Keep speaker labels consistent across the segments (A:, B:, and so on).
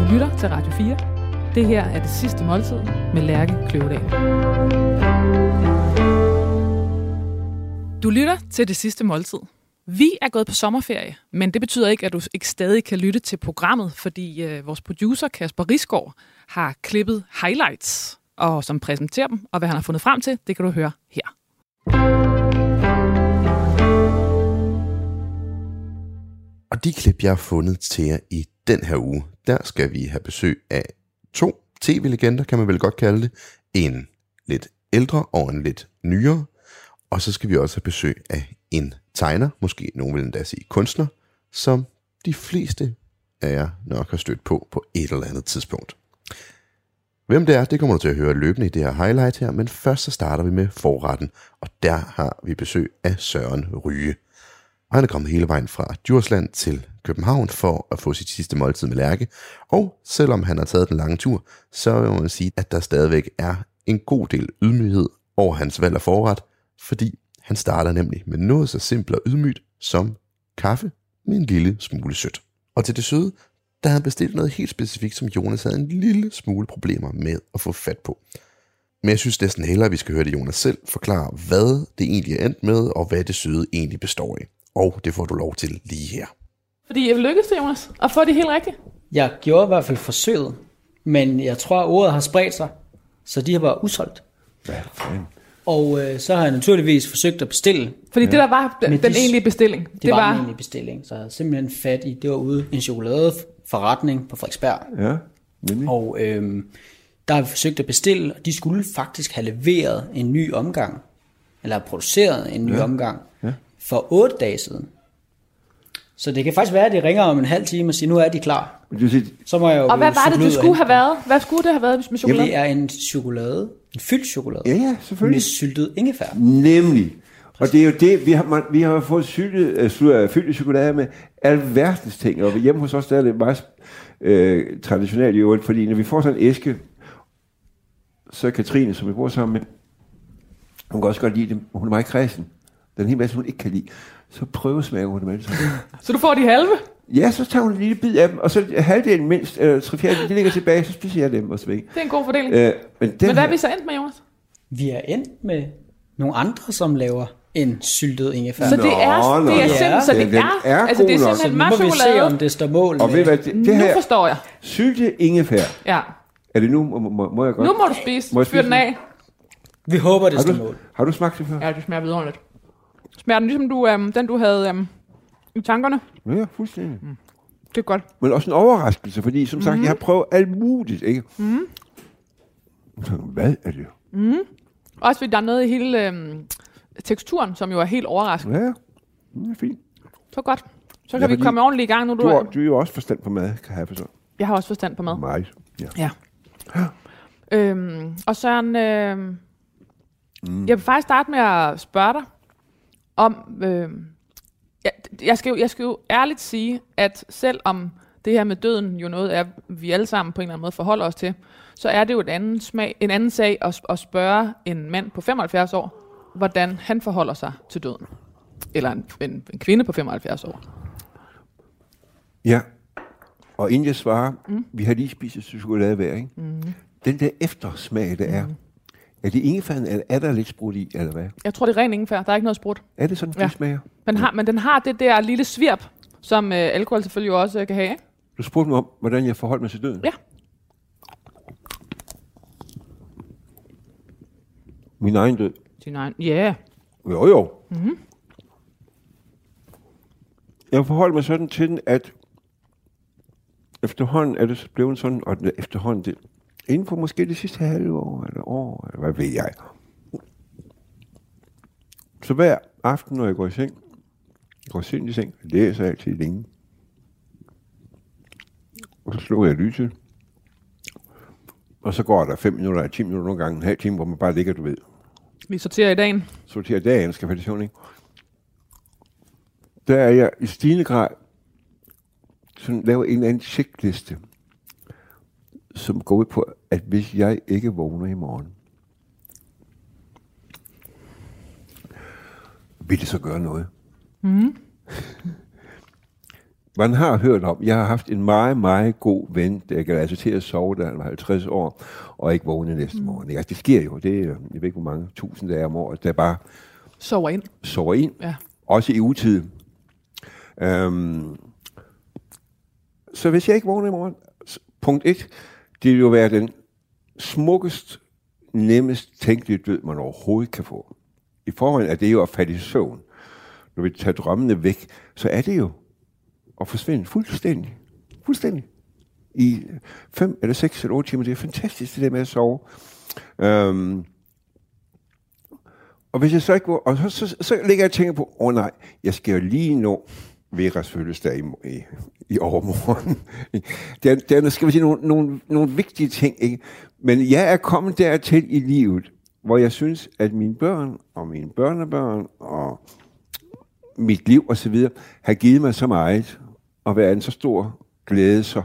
A: lytter til Radio 4. Det her er Det Sidste Måltid med Lærke Kløvedal. Du lytter til Det Sidste Måltid. Vi er gået på sommerferie, men det betyder ikke, at du ikke stadig kan lytte til programmet, fordi vores producer Kasper Risgaard har klippet highlights, og som præsenterer dem, og hvad han har fundet frem til, det kan du høre her.
B: Og de klip, jeg har fundet til jer i den her uge, der skal vi have besøg af 2 tv-legender, kan man vel godt kalde det. En lidt ældre og en lidt nyere. Og så skal vi også have besøg af en tegner, måske nogen vil endda sige kunstner, som de fleste af jer nok har stødt på et eller andet tidspunkt. Hvem det er, det kommer du til at høre løbende i det her highlight her, men først så starter vi med forretten, og der har vi besøg af Søren Ryge. Og han er kommet hele vejen fra Djursland til København for at få sit sidste måltid med Lærke, og selvom han har taget den lange tur, så må man sige, at der stadigvæk er en god del ydmyghed over hans valg af forret, fordi han starter nemlig med noget så simpelt og ydmygt som kaffe med en lille smule sødt. Og til det søde, der havde han bestilt noget helt specifikt, som Jonas havde en lille smule problemer med at få fat på. Men jeg synes næsten hellere, at vi skal høre det Jonas selv forklare, hvad det egentlig er endt med, og hvad det søde egentlig består i. Og det får du lov til lige her.
A: Fordi jeg lykkedes det, Jonas, at få det helt rigtigt.
C: Jeg gjorde i hvert fald forsøget, men jeg tror, at ordet har spredt sig, så de har bare udsolgt. Og så har jeg naturligvis forsøgt at bestille.
A: Fordi det der var den egentlige bestilling.
C: Det var den egentlige bestilling, så jeg havde simpelthen fat i, det var ude en chokoladeforretning på Frederiksberg.
D: Ja, nemlig.
C: Og der har vi forsøgt at bestille, og de skulle faktisk have leveret en ny omgang, eller produceret en ny omgang, for 8 dage siden. Så det kan faktisk være, at de ringer om en halv time og siger, nu er de klar. Så må jeg jo
A: og hvad var det skulle have været? Hvad skulle det have været med chokolade?
C: Jamen, det er en chokolade, en fyldt chokolade.
D: Ja, selvfølgelig.
C: Med syltet ingefær.
D: Nemlig. Og det er jo det, vi har fået fyldt chokolade med alverdens ting. Og hjemme hos os, der er det meget traditionelt i øvrigt, fordi når vi får sådan en æske, så er Katrine, som vi bor sammen med, hun kan også godt lide dem, hun er meget kredsen. Den hel masse, hun ikke kan lide. Så prøvesmager hun dem alle sammen.
A: Så du får de halve?
D: Ja, så tager hun en lille bid af dem, og så halvdelen mindst, 3/4, de ligger tilbage, så spiser jeg dem og så væk.
A: Det er en god fordeling.
D: Men
A: hvad er vi så endt med, Jonas?
C: Vi er endt med nogle andre, som laver en syltet ingefær.
A: Så det er simpelthen, så det er altså det er simpelthen meget chokolade.
C: Nu må vi se, om det står mål.
D: Og ved hvad, det her,
A: nu forstår jeg.
D: Sylte ingefær.
A: Ja.
D: Er det nu, må jeg godt?
A: Nu må du spise. Fyr den af.
C: Vi håber, det står mål.
D: Har du smagt det før?
A: Ja, det smager vidunderligt. Smager den ligesom den, du havde i tankerne?
D: Ja, fuldstændig.
A: Det er godt.
D: Men også en overraskelse, fordi som sagt, jeg har prøvet alt muligt, ikke? Så, hvad er det?
A: Også fordi der er noget i hele teksturen, som jo er helt overraskende.
D: Ja, det er fint.
A: Så godt. Så kan vi komme ordentligt i gang nu.
D: Du er jo også forstand på mad, kan have for så.
A: Jeg har også forstand på mad.
D: Meget,
A: ja. Og Søren, jeg vil faktisk starte med at spørge dig om, jeg skal jo ærligt sige, at selvom det her med døden jo noget er, vi alle sammen på en eller anden måde forholder os til, så er det jo en anden sag at spørge en mand på 75 år, hvordan han forholder sig til døden. Eller en kvinde på 75 år.
D: Ja, og inden jeg svarer, vi har lige spist et chokolade hver, ikke? Den der eftersmag, der er det ingefæren, eller er der lidt sprudt i, eller hvad?
A: Jeg tror, det er ren ingefær. Der er ikke noget sprudt.
D: Er det sådan, det smager?
A: Men den har det der lille svirp, som alkohol selvfølgelig også kan have.
D: Du spurgte mig om, hvordan jeg forholdt mig til døden?
A: Ja.
D: Min egen død?
A: Din egen, ja.
D: Jo. Jeg forholdt mig sådan til den, at efterhånden er det blevet sådan, og efterhånden det, inden for måske det sidste halve år, eller år, eller hvad ved jeg. Så hver aften, når jeg går i seng, i seng, læser jeg altid længe. Og så slukker jeg lyset. Og så går der 5 minutter, 10 minutter, nogle gange en halv time, hvor man bare ligger, du ved.
A: Vi sorterer i dagen.
D: Sorterer dagen, skal være det, ikke? Der er jeg i stigende grad sådan laver en eller anden checkliste, som går ud på, at hvis jeg ikke vågner i morgen, vil det så gøre noget? man har hørt om, jeg har haft en meget, meget god ven, der kan altså til at sove, da han var 50 år, og ikke vågne næste morgen. Altså, det sker jo, det er, jeg ved ikke, hvor mange tusind dage om året, der bare
A: sover ind.
D: Ja. Også i utid. Så hvis jeg ikke vågner i morgen, punkt 1, det vil jo være den smukkest, nemmest tænkelige død, man overhovedet kan få. I forhold er det jo at falde i søvn. Når vi tager drømmene væk, så er det jo at forsvinde fuldstændig. Fuldstændig. I 5 eller 6 eller 8 timer. Det er fantastisk, det der med at sove. Og hvis jeg så ikke går, og så ligger jeg og tænker på, nej, jeg skal jo lige nå Veras fødselsdag i overmorgen. Der skal vi sige nogle vigtige ting, ikke? Men jeg er kommet dertil i livet, hvor jeg synes, at mine børn og mine børnebørn og mit liv og så videre har givet mig så meget og været en så stor glæde, så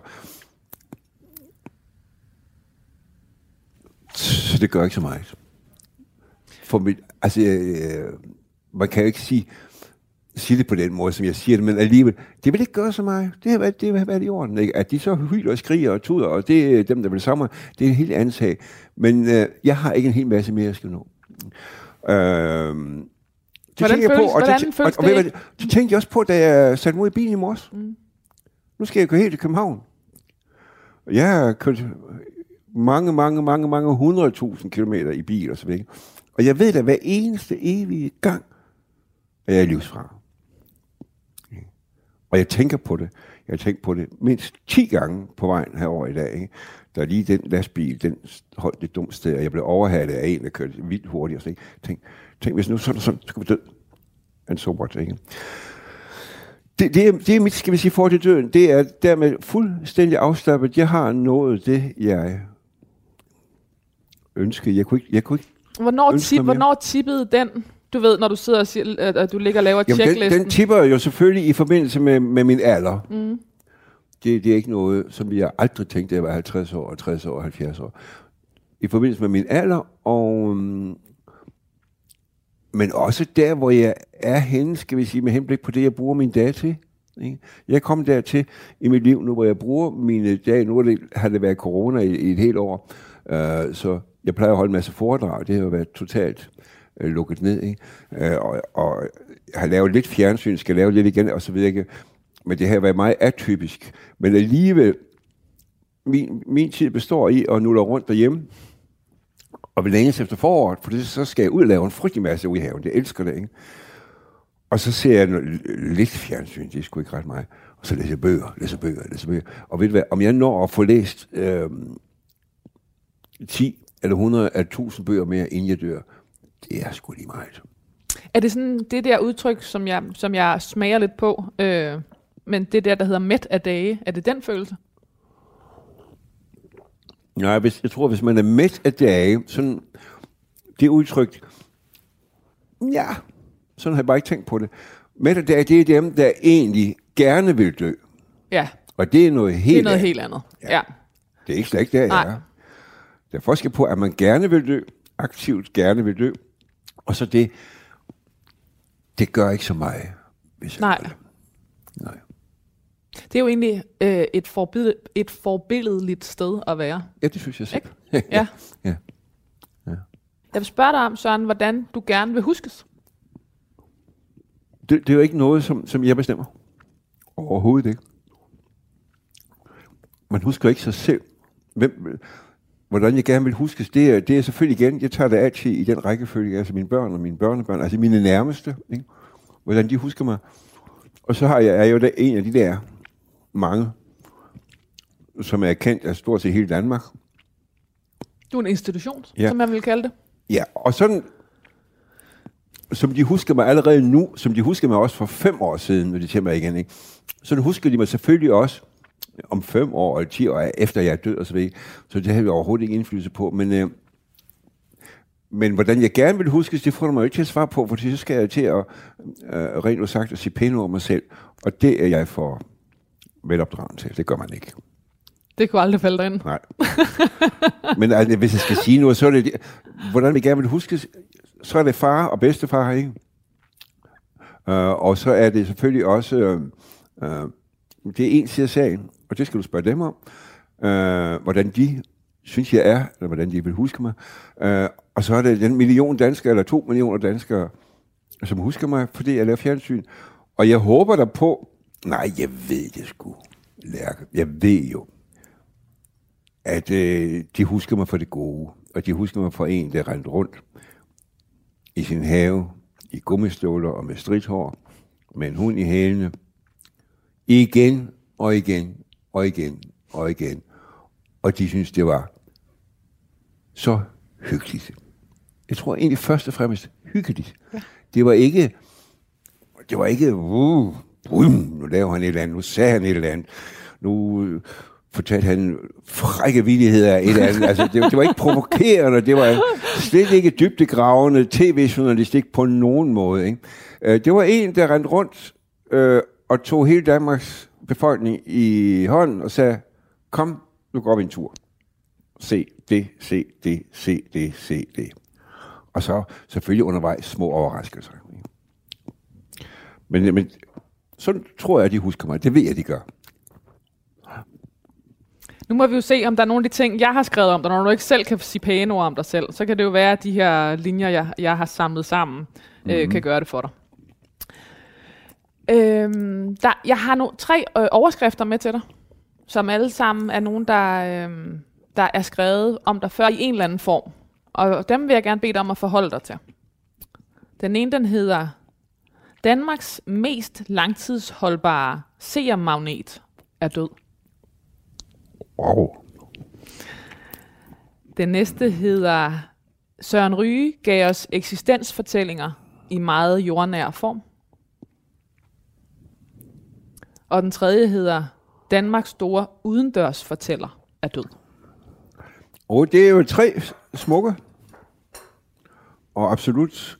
D: det gør ikke så meget. For mit, altså, man kan jo ikke sige det på den måde, som jeg siger det, men alligevel, det vil ikke gøre så meget. Det har været i orden, ikke? At de så hyler og skriger og tuder, og det er dem, der vil sammen, det er en helt anden sag. Men jeg har ikke en hel masse mere, jeg skal nå.
A: Hvordan føles det?
D: Det tænkte jeg også på, da jeg satte mig ud i bilen i morges. Nu skal jeg køre helt til København. Jeg har kørt mange 100.000 kilometer i bil og så videre. Og jeg ved da, hver eneste evige gang, at jeg er livsfra. Og jeg tænker på det. Jeg har tænkt på det mindst 10 gange på vejen herover i dag. Ikke? Der er lige den lastbil, den holdt et dumt sted, og jeg blev overhalet af en, der kørte vildt hurtigt. Og så, tænk, hvis nu sådan, så skal vi dø. And so what, ikke? Det er mit, skal vi sige, forhold til døden. Det er dermed fuldstændig afslappet. Jeg har nået det, jeg ønskede. Jeg kunne ikke
A: Hvornår tippede den? Du ved, når du sidder og siger, at du ligger og laver checklisten.
D: Den tipper jo selvfølgelig i forbindelse med min alder. Det er ikke noget, som jeg aldrig tænkte, at jeg var 50 år, 60 år, 70 år. I forbindelse med min alder, men også der, hvor jeg er henne, skal vi sige, med henblik på det, jeg bruger mine dage til. Ikke? Jeg er kommet dertil i mit liv nu, hvor jeg bruger mine dage. Nu har det været corona i et helt år, så jeg plejer at holde en masse foredrag. Det har jo været totalt lukket ned. Ikke? Og jeg har lavet lidt fjernsyn, skal lave lidt igen, og så videre. Ikke? Men det har været meget atypisk. Men alligevel, min tid består i at nulle rundt derhjemme, og vi længes efter foråret, for så skal jeg ud og lave en frygtelig masse ude i haven. Jeg elsker det, ikke? Og så ser jeg lidt fjernsyn, det er sgu ikke ret meget. Og så læser jeg bøger. Og ved du hvad, om jeg når at få læst 10 eller 100 eller 1000 bøger mere, inden jeg dør, det er sgu lige meget.
A: Er det sådan det der udtryk, som jeg smager lidt på, men det der hedder mæt af dage, er det den følelse?
D: Nej, jeg tror, hvis man er mæt af dage, sådan, det udtryk, ja, sådan har jeg bare ikke tænkt på det. Mæt af dage, det er dem, der egentlig gerne vil dø.
A: Ja.
D: Og det er noget helt
A: andet. Ja.
D: Det er ikke slet ikke der, jeg er. Der er forskel på, at man gerne vil dø, aktivt gerne vil dø, og så det gør ikke så meget, hvis jeg gør det. Nej.
A: Det er jo egentlig et forbilledeligt sted at være.
D: Ja, det synes jeg selv.
A: Ja.
D: Ja.
A: Jeg vil spørge dig om, Søren, hvordan du gerne vil huskes.
D: Det er jo ikke noget, som jeg bestemmer. Overhovedet ikke. Man husker ikke sig selv. Hvordan jeg gerne vil huskes, det er selvfølgelig igen, jeg tager det altid i den rækkefølge, altså mine børn og mine børnebørn, altså mine nærmeste, ikke? Hvordan de husker mig. Og så er jo der en af de der mange, som er kendt af stort set hele Danmark.
A: Du er en institution, som jeg vil kalde det.
D: Ja, og sådan, som de husker mig allerede nu, som de husker mig også for 5 år siden, når de ser mig igen, ikke? Så husker de mig selvfølgelig også om 5 år eller 10 år efter jeg er død og så videre. Så det har vi overhovedet ikke indflydelse på. Men hvordan jeg gerne vil huskes, det får du mig jo ikke til at svare på, for så skal jeg til at rent og sagt at sige pæne over mig selv. Og det er jeg for velopdragen til. Det gør man ikke.
A: Det kunne aldrig falde ind.
D: Nej. Men altså, hvis jeg skal sige noget, så er det, hvordan vi gerne vil huskes, så er det far og bedstefar, ikke? Og så er det selvfølgelig også Det er en side af sagen, og det skal du spørge dem om, hvordan de synes, jeg er, eller hvordan de vil huske mig. Og så er det den million danskere, eller 2 millioner danskere, som husker mig, fordi jeg laver fjernsyn. Og jeg håber der på, nej, jeg ved det sgu, Lærke. Jeg ved jo, at de husker mig for det gode, og de husker mig for en, der rendte rundt i sin have, i gummistøvler og med stridthår, med en hund i hælene, igen og igen og igen og igen. Og de synes, det var så hyggeligt. Jeg tror egentlig først og fremmest hyggeligt. Ja. Det var ikke, nu laver han et eller andet, nu sagde han et eller andet, nu fortalte han frække vildigheder af et eller andet. Altså, det var ikke provokerende, det var slet ikke dybdegravende tv-journalistik på nogen måde. Ikke? Det var en, der rendte rundt og tog hele Danmarks befolkning i hånden og sagde, kom, nu går vi en tur. Se det, se det, se det, se det. Og så selvfølgelig undervejs små overraskelser. Men sådan tror jeg, at de husker mig. Det ved jeg, de gør.
A: Nu må vi jo se, om der er nogle af de ting, jeg har skrevet om dig, når du ikke selv kan sige pæne ord om dig selv. Så kan det jo være, at de her linjer, jeg har samlet sammen, kan gøre det for dig. Jeg har 3 overskrifter med til dig, som alle sammen er nogen, der er skrevet om dig før i en eller anden form. Og dem vil jeg gerne bede dig om at forholde dig til. Den ene, den hedder Danmarks mest langtidsholdbare seermagnet er død.
D: Wow.
A: Den næste hedder Søren Ryge gav os eksistensfortællinger i meget jordnær form. Og den tredje hedder Danmarks store udendørsfortæller er død.
D: Og det er jo 3 smukke og absolut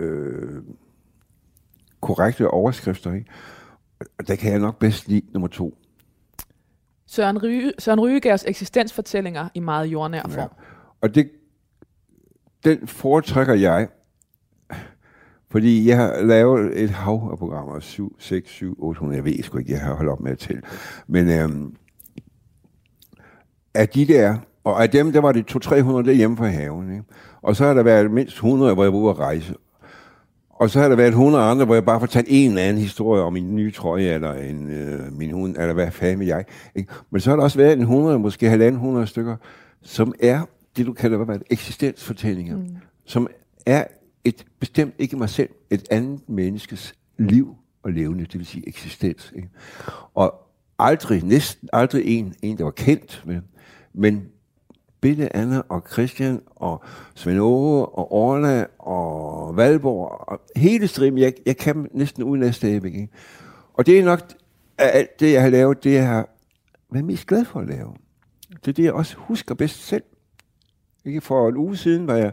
D: korrekte overskrifter. Ikke? Og der kan jeg nok bedst lide nummer 2.
A: Søren Ryge gav os eksistensfortællinger i meget jordnær form. Ja.
D: Og den foretrækker jeg, fordi jeg har lavet et hav af programmer, 7, 6, 7, 800, jeg ved sgu ikke, jeg har holdt op med at tælle. Men af de der, og af dem, der var det 200-300 derhjemme fra haven. Ikke? Og så har der været mindst 100, hvor jeg var ude at rejse. Og så har der været 100 andre, hvor jeg bare fortalte en eller anden historie om min nye trøje, eller min hund, eller hvad fanden med jeg. Ikke? Men så har der også været 100, måske 1.500 stykker, som er det, du kalder eksistensfortællinger. Som er et bestemt, ikke mig selv, et andet menneskes liv og levende, det vil sige eksistens. Ikke? Og næsten aldrig en, der var kendt, men Bille, Anna og Christian og Svend Åge og Orla og Valborg og hele striben, jeg kan næsten uden at stadigvæk. Og det er nok alt det, jeg har lavet, det jeg har været mest glad for at lave. Det er det, jeg også husker bedst selv. Ikke? For en uge siden var jeg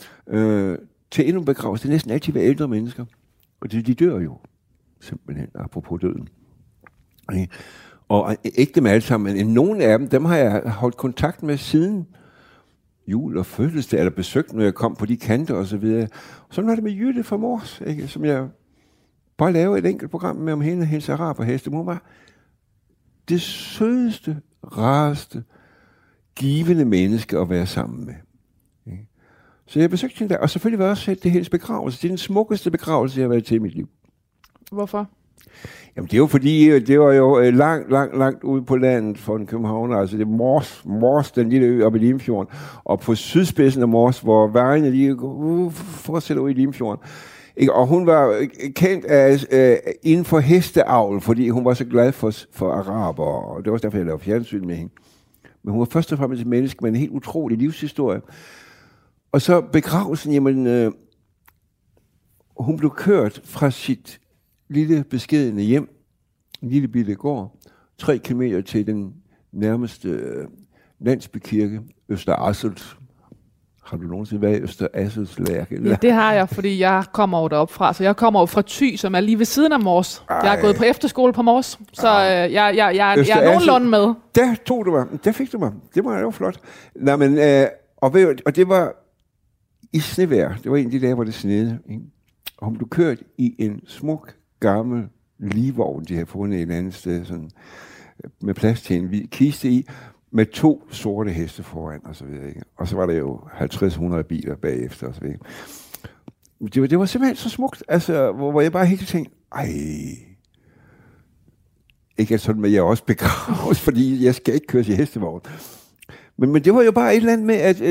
D: til endnu en begravelse. Det er næsten altid været ældre mennesker. Og de dør jo simpelthen, apropos døden. Okay. Og ikke dem alle sammen, men nogle af dem har jeg holdt kontakt med siden jul og fødselsdag, eller besøgt, når jeg kom på de kanter og så videre. Sådan var det med Jytte fra Mors, ikke? Som jeg bare lavede et enkelt program med om hende, hendes araberheste. Hun var det sødeste, rareste, givende menneske at være sammen med. Ikke? Så jeg besøgte hende der, og selvfølgelig var også det hendes begravelse. Det er den smukkeste begravelse, jeg har været til i mit liv.
A: Hvorfor?
D: Jamen det er jo fordi, det var jo langt ude på landet for en københavner. Altså det er Mors, den lille ø oppe i Limfjorden. Og på sydspidsen af Mors, hvor vejene lige fortsætter ud i Limfjorden. Og hun var kendt inden for hesteavl, fordi hun var så glad for araber. Og det var også derfor, jeg lavede fjernsyn med hende. Men hun var først og fremmest et menneske med en helt utrolig livshistorie. Og så begravelsen, jamen, hun blev kørt fra sit lille beskedne hjem, en lille bitte gård, 3 kilometer til den nærmeste landsbykirke, Øster Asselt. Har du nogensinde været i Øster Asselts Lærke?
A: Ja, det har jeg, fordi jeg kommer jo derop fra. Så jeg kommer jo fra Thy, som er lige ved siden af Mors. Jeg har gået på efterskole på Mors, så jeg er nogenlunde med.
D: Der tog du mig. Der fik du mig. Det var jo flot. Nej, men, og det var i snevejr. Det var en af de dage, hvor det snede. Ikke? Og hun blev kørt i en smuk, gammel, ligvogn, de havde fundet et eller andet sted, sådan, med plads til en hvid kiste i, med 2 sorte heste foran, og så videre, ikke? Og så var der jo 50-100 biler bagefter, og så videre. Det var simpelthen så smukt, altså, hvor jeg bare helt tænkte, ikke sådan, at jeg også begraves, fordi jeg skal ikke køre i hestevogn. Men det var jo bare et eller andet med, at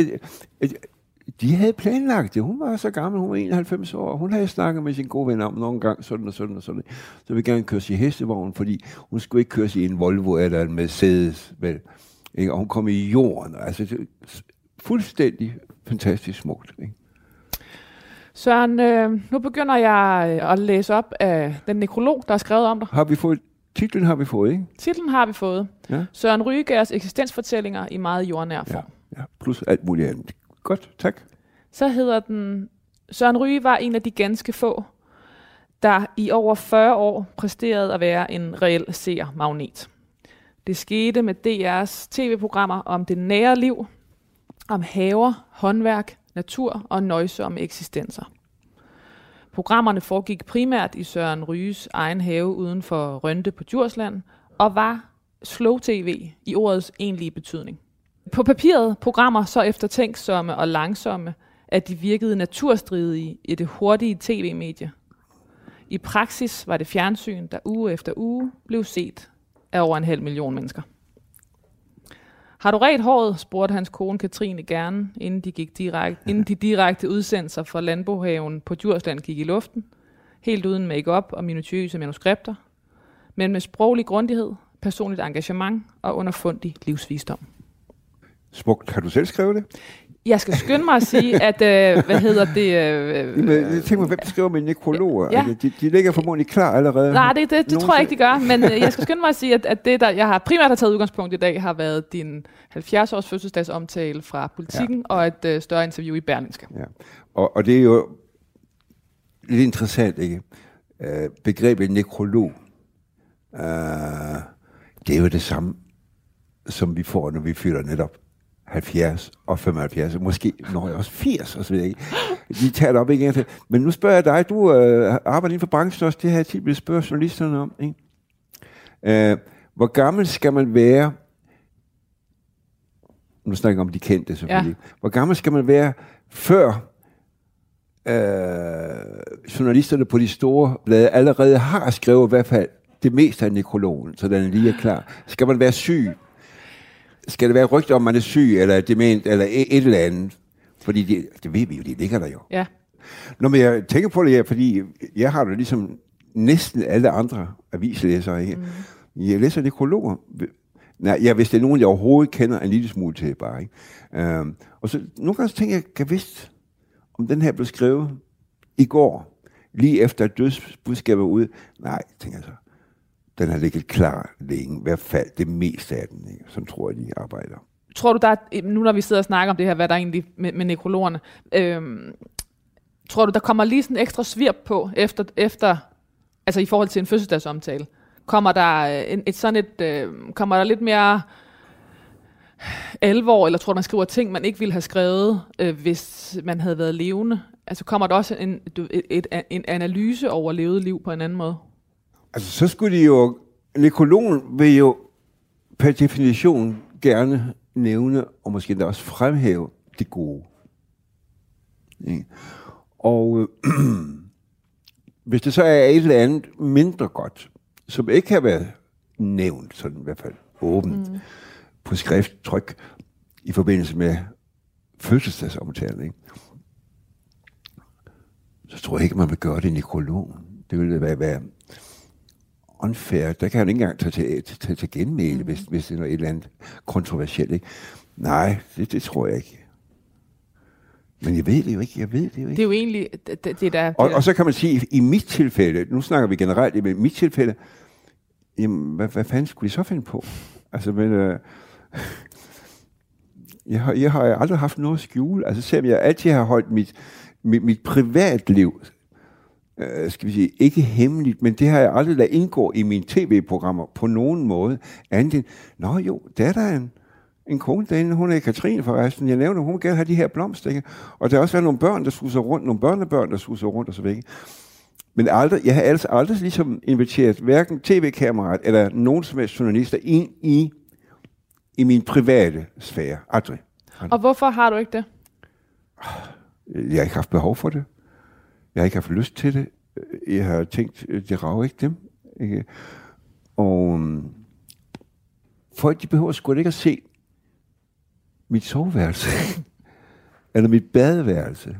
D: de havde planlagt det. Hun var så gammel, hun var 91 år, og hun havde snakket med sin gode ven om nogle gange, sådan og sådan og sådan. Så ville gerne køre i hestevogn, fordi hun skulle ikke køre i en Volvo eller en Mercedes, vel? Ikke? Og hun kom i jorden. Altså, det fuldstændig fantastisk smukt, ikke?
A: Søren, nu begynder jeg at læse op af den nekrolog, der er skrevet om dig.
D: Titlen har vi fået, ikke?
A: Titlen har vi fået. Ja. Søren Rygaards eksistensfortællinger i meget jordnær form.
D: Ja, plus alt muligt andet. Godt, tak.
A: Så hedder den, Søren Ryge var en af de ganske få, der i over 40 år præsterede at være en reel seermagnet. Det skete med DR's tv-programmer om det nære liv, om haver, håndværk, natur og nøjsomme eksistenser. Programmerne foregik primært i Søren Ryges egen have uden for Rønde på Djursland, og var slow-tv i ordets egentlige betydning. På papiret programmer så eftertænksomme og langsomme, at de virkede naturstridige i det hurtige tv-medie. I praksis var det fjernsyn, der uge efter uge blev set af over 500.000 mennesker. Har du ret håret, spurgte hans kone Katrine gerne, inden de direkte udsendelser fra Landbohaven på Djursland gik i luften, helt uden make-up og minutiøse manuskripter, men med sproglig grundighed, personligt engagement og underfundig livsvisdom.
D: Smukt. Har du selv skrevet det?
A: Jeg skal skynde mig at sige, at, jeg
D: tænker mig, hvem skriver med nekrologer? Ja. Altså, de ligger formodentlig klar allerede.
A: Nej, det tror jeg ikke, de gør, men jeg skal skynde mig at sige, at det, der jeg har primært har taget udgangspunkt i dag, har været din 70-års fødselsdagsomtale fra Politikken og et større interview i Berlingske. Ja.
D: Og det er jo lidt interessant, ikke? Begrebet nekrolog, det er jo det samme, som vi får, når vi fylder netop 70 og 75, måske når jeg også 80 og så videre. De tager det op igen. Men nu spørger jeg dig, du arbejder inden for branchen også, det her tit vil spørge journalisterne om, ikke? Hvor gammel skal man være, nu snakker jeg om de kendte selvfølgelig, hvor gammel skal man være, før journalisterne på de store blade allerede har skrevet i hvert fald det meste af nekrologen, så den lige er klar. Skal man være syg? Skal det være rygter om, man er syg, eller dement, eller et eller andet? Fordi det ved vi jo, det ligger der jo. Ja. Nå, men jeg tænker på det her, fordi jeg har det ligesom næsten alle andre avislæsere, ikke? Jeg læser nekrologer. Nej, hvis det er nogen, jeg overhovedet kender en lille smule til, bare, ikke? Og så nogle gange tænker jeg, kan vidst, om den her blev skrevet i går, lige efter dødsbudskabet ude. Nej, tænker jeg så. Den har ligget klar længe, i hvert fald det meste af den, ikke? Som tror jeg, de arbejder.
A: Tror du, nu når vi sidder og snakker om det her, hvad der egentlig med nekrologerne, tror du, der kommer lige sådan ekstra svirp på, efter altså i forhold til en fødselsdagsomtale? Kommer der kommer der lidt mere alvor, eller tror du, man skriver ting, man ikke ville have skrevet, hvis man havde været levende? Altså kommer der også en analyse over levet liv på en anden måde?
D: Altså, så skulle de jo... Nekrologen vil jo per definition gerne nævne, og måske da også fremhæve det gode. Ja. Og hvis det så er et eller andet mindre godt, som ikke kan være nævnt, sådan i hvert fald åbent, på skrifttryk, i forbindelse med fødselsdagsomtalen, ikke? Så tror jeg ikke, man vil gøre det i nekrologen. Det ville være unfair. Der kan han ikke engang tage til genmæle, hvis det er noget et eller andet kontroversielt, ikke? Nej, det tror jeg ikke. Men jeg ved det jo ikke.
A: Det er jo egentlig...
D: Og så kan man sige, i mit tilfælde, nu snakker vi generelt, i mit tilfælde, jamen, hvad fanden skulle vi så finde på? Altså, men... Jeg har aldrig haft noget at skjule. Altså, selvom jeg altid har holdt mit privatliv, skal vi sige, ikke hemmeligt, men det har jeg aldrig ladet indgå i mine tv-programmer på nogen måde. Andet end, nå jo, der er der en kone derinde, hun er Katrine forresten, jeg nævner, hun vil gerne have de her blomster, ikke? Og der har også været nogle børn, der suser rundt, nogle børnebørn, der suser rundt og så væk. Men jeg har altså aldrig ligesom inviteret hverken tv-kammerat eller nogen som helst journalister ind i min private sfære. Aldrig.
A: Og hvorfor har du ikke det?
D: Jeg har ikke haft behov for det. Jeg har ikke haft lyst til det. Jeg har tænkt, det rager ikke dem. Ikke? Og folk, de behøver sgu ikke at se mit soveværelse. Eller mit badeværelse.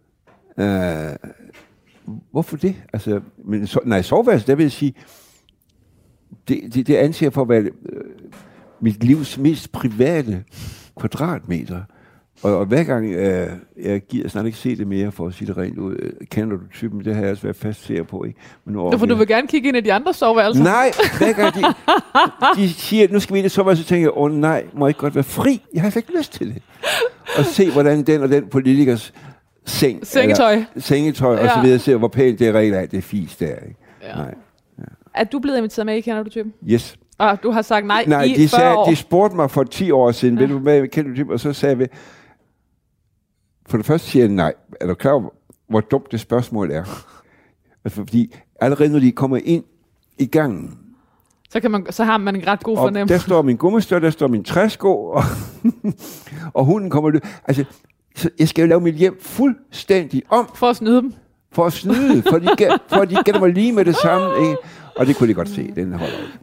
D: Hvorfor det? Altså, soveværelse, der vil jeg sige, det anser for at være mit livs mest private kvadratmeter. Og hver gang jeg gider snart ikke se det mere, for at sige det rent ud. Kender du typen? Det har jeg altså været fast ser på, ikke? Men
A: du vil gerne kigge ind i de andre soveværelser?
D: Nej, hver gang de siger, nu skal vi ind i soveværelset, så tænker jeg, nej, må jeg ikke godt være fri? Jeg har ikke lyst til det. Og se, hvordan den og den politikers sengetøj og så videre, se, hvor pænt det er regler af, det er fisk der, ikke? Ja. Nej. Ja.
A: Er du blevet inviteret med i Kender du typen?
D: Yes.
A: Og du har sagt nej
D: i 40 år? De spurgte mig for 10 år siden, ved du med Kender du typen? Og så sagde jeg, for det første siger jeg nej. Er du klar over, hvor dumt det spørgsmål er? Altså, fordi allerede når de kommer ind i gangen,
A: så har man en ret god fornemmelse.
D: Der står min gummistøv, der står min træsko, og hunden kommer ud. Altså, så jeg skal jo lave mit hjem fuldstændig om.
A: For at snyde dem?
D: For at snyde, for de gætter mig lige med det samme. Ikke? Og det kunne de godt se, den holder ikke.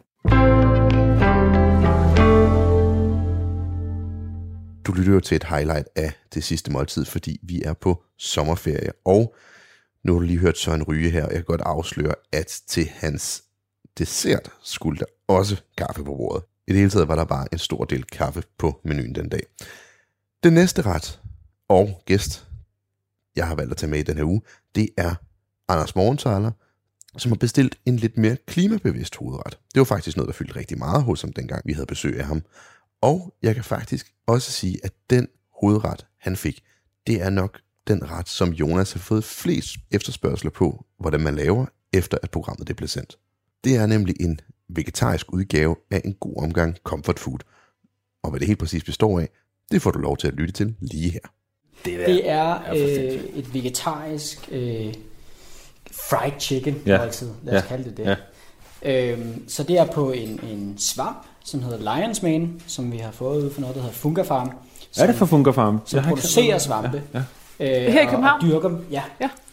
B: Du lytter jo til et highlight af Det Sidste Måltid, fordi vi er på sommerferie. Og nu har du lige hørt Søren Ryge her, og jeg kan godt afsløre, at til hans dessert skulle der også kaffe på bordet. I det hele taget var der bare en stor del kaffe på menuen den dag. Den næste ret og gæst, jeg har valgt at tage med i den her uge, det er Anders Morgenthaler, som har bestilt en lidt mere klimabevidst hovedret. Det var faktisk noget, der fyldte rigtig meget hos ham, dengang vi havde besøg af ham. Og jeg kan faktisk også sige, at den hovedret, han fik, det er nok den ret, som Jonas har fået flest efterspørgsler på, hvordan man laver, efter at programmet det blev sendt. Det er nemlig en vegetarisk udgave af en god omgang comfort food. Og hvad det helt præcis består af, det får du lov til at lytte til lige her.
C: Det er et vegetarisk fried chicken, altid. Lad os kalde det det. Ja. Så det er på en svamp, som hedder Lion's Mane, som vi har fået ud for noget, der hedder Funga Farm.
E: Er det for Funga Farm?
C: Som producerer svampe.
A: Her i København?
C: Og dyrker dem. Ja.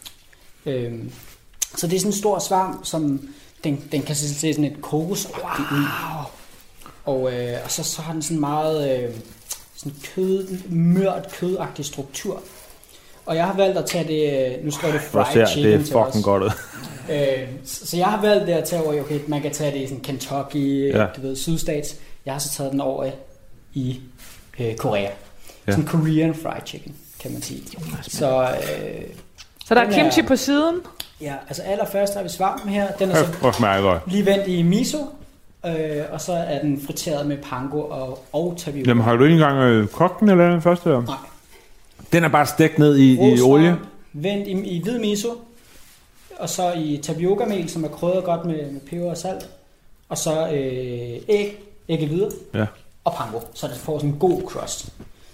C: Så det er sådan en stor svamp, som den kan se sådan et kokosagtigt ud. Og så har den sådan meget sådan mørt kødagtig struktur. Og jeg har valgt at tage det, nu skriver det fried chicken
E: det er fucking godt ud.
C: Så jeg har valgt det at tage over, okay, man kan tage det i sådan Kentucky, du ved, sydstats. Jeg har så taget den over i Korea. Sådan Korean fried chicken, kan man sige. Så
A: der er kimchi på siden?
C: Ja, altså allerførst har vi svampen her. Den er så lige vendt i miso. Og så er den friteret med panko og tapioca.
E: Jamen, har du ikke engang kogt den eller den første?
C: Nej.
E: Den er bare stegt ned i olie?
C: Vendt i hvid miso. Og så i tapioca-mel, som er krydret godt med peber og salt. Og så æggehvide og panko. Så det får sådan en god crust.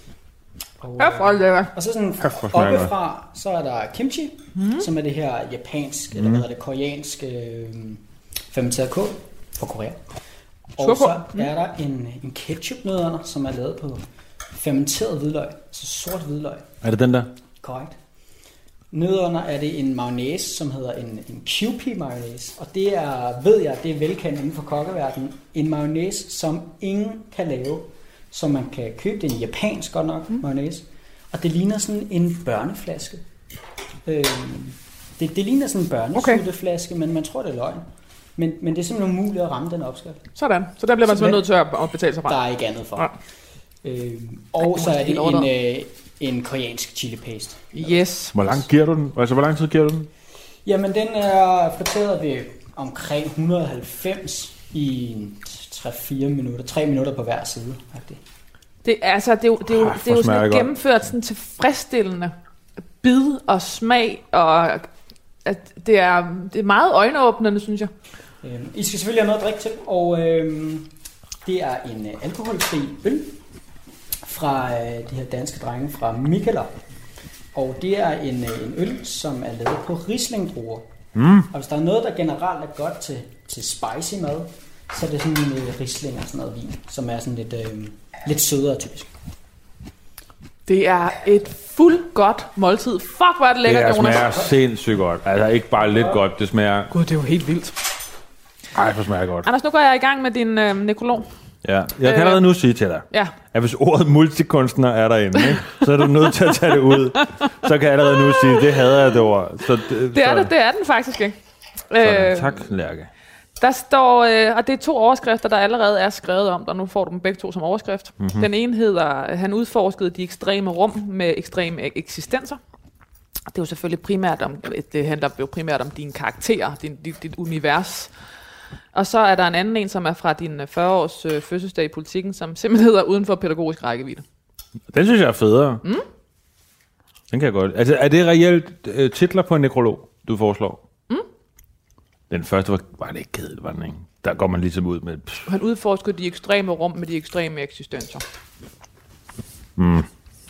C: Og så sådan oppefra, så er der kimchi, som er det her japansk, eller hvad hedder det, koreansk fermenteret kål fra Korea. Og så er der en ketchup-nødderne, som er lavet på fermenteret hvidløg, så sort hvidløg.
E: Er det den der?
C: Korrekt. Nedenunder er det en mayonnaise, som hedder en Kewpie-mayonnaise. Og det er, ved jeg, det er velkendt inden for kokkeverdenen. En mayonnaise, som ingen kan lave. Så man kan købe det, en japansk godt nok mayonnaise. Og det ligner sådan en børneflaske. Det ligner sådan en børnesylteflaske, men man tror, det er løgn. Men det er simpelthen umuligt at ramme den opskrift.
A: Sådan. Så der bliver man så nødt til at betale sig fra.
C: Der er ikke andet for. Ja. Og så er det en koreansk chili paste.
A: Yes.
E: Hvor lang giver du den? Altså, hvor lang tid giver du den?
C: Jamen, den er friteret ved omkring 190 i 3-4 minutter. 3 minutter på hver side.
A: Det er jo sådan gennemført sådan tilfredsstillende bid og smag, og at det er meget øjenåbnende, synes jeg.
C: I skal selvfølgelig have noget at drikke til, og det er en alkoholfri øl fra de her danske drenge fra Mikkeller. Og det er en øl, som er lavet på Riesling-druer. Og hvis der er noget, der generelt er godt til spicy mad, så er det sådan en Riesling og sådan noget vin, som er sådan lidt sødere typisk.
A: Det er et fuldgodt måltid. Fuck, hvor er det lækkert,
E: Det
A: Jonas.
E: smager sindssygt godt. Altså ikke bare lidt godt, det smager...
A: Gud, det er jo helt vildt.
E: Ej, det smager godt.
A: Anders, nu går jeg i gang med din nekrolog.
E: Ja. Jeg kan allerede nu sige til dig,
A: Ja.
E: at hvis ordet multikunstner er derinde, ikke, så er du nødt til at tage det ud. Så kan jeg allerede nu sige, det hader jeg det ord. Så
A: Det er den faktisk ikke.
E: Tak, Lærke.
A: Der står, og det er 2 overskrifter, der allerede er skrevet om, og nu får du dem begge 2 som overskrift. Mm-hmm. Den ene hedder, han udforskede de ekstreme rum med ekstreme eksistenser. Det er jo selvfølgelig det handler jo primært om dine karakterer, dit univers. Og så er der en anden en, som er fra din 40-års fødselsdag i politikken, som simpelthen hedder uden for pædagogisk rækkevidde.
E: Den synes jeg er federe. Mm. Den kan jeg godt. Altså, er det reelt titler på en nekrolog, du foreslår? Mm. Den første var det ikke kedeligt, var den ikke? Der går man ligesom ud med...
A: Han udforskede de ekstreme rum med de ekstreme eksistenser.
E: Mm.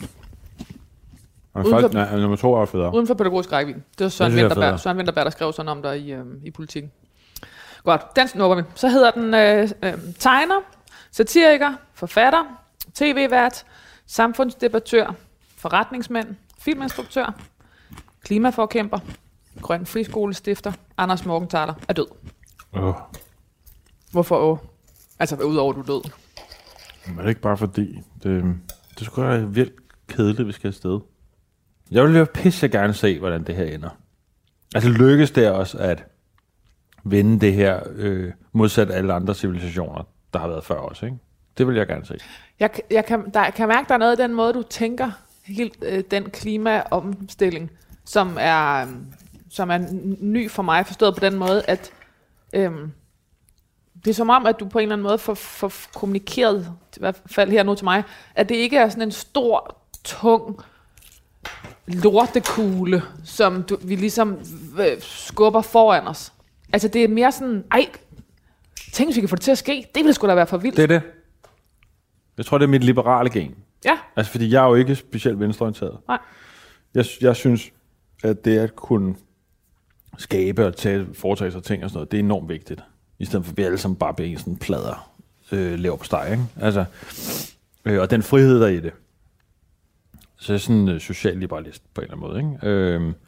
E: Nummer 2 er federe.
A: Uden for pædagogisk rækkevidde. Det var Søren Vinterberg, der skrev sådan om der i politikken. Godt, den snupper vi. Så hedder den tegner, satiriker, forfatter, tv-vært, samfundsdebattør, forretningsmand, filminstruktør, klimaforkæmper, grøn friskolestifter, Anders Morgenthaler er død. Hvorfor Altså, udover du er død.
E: Men er det ikke bare fordi, det skulle være vildt kedeligt, vi skal afsted. Jeg vil jo pisse gerne se, hvordan det her ender. Altså lykkes det også at vende det her modsat alle andre civilisationer, der har været før os, ikke? Det vil jeg gerne se.
A: Jeg kan mærke, der er noget i den måde, du tænker, helt den klimaomstilling, som er ny for mig, forstået på den måde, at det er som om, at du på en eller anden måde får kommunikeret, i hvert fald her nu til mig, at det ikke er sådan en stor, tung lortekugle, som vi ligesom skubber foran os. Altså det er mere sådan, tænk, hvis vi kan få det til at ske, det ville sgu da være for vildt.
E: Det er det. Jeg tror, det er mit liberale gen.
A: Ja.
E: Altså fordi jeg er jo ikke specielt venstreorienteret.
A: Nej.
E: Jeg synes, at det at kunne skabe og foretage sig ting og sådan noget, det er enormt vigtigt. I stedet for, at vi alle sammen bare bliver sådan plader lever på steg, ikke? Altså, og den frihed der i det. Så jeg er sådan en socialliberalist på en eller anden måde, ikke?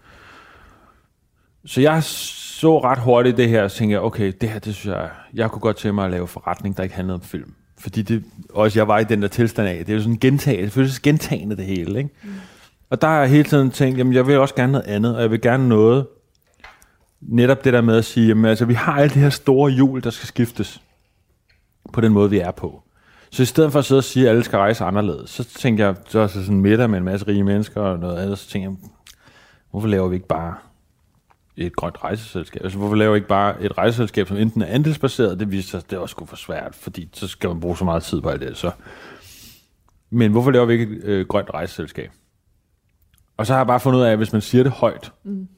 E: Så jeg så ret hurtigt det her, og tænkte jeg, okay, det her, det synes jeg kunne godt tænke mig at lave forretning, der ikke handlede om film. Fordi det, også jeg var i den der tilstand af, det er jo sådan det føles gentagende det hele, ikke? Mm. Og der har jeg hele tiden tænkt, jamen jeg vil også gerne noget andet, og jeg vil gerne noget, netop det der med at sige, jamen altså vi har alle de her store hjul, der skal skiftes, på den måde vi er på. Så i stedet for at sidde og sige, at alle skal rejse anderledes, så tænker jeg, så er det sådan middag med en masse rige mennesker og noget andet, så tænker jeg, hvorfor laver vi ikke bare et grønt rejseselskab? Altså hvorfor laver vi ikke bare et rejseselskab, som enten er andelsbaseret, det viser sig, det er også for svært, fordi så skal man bruge så meget tid på alt det. Så. Men hvorfor laver vi ikke et grønt rejseselskab? Og så har jeg bare fundet ud af, at hvis man siger det højt,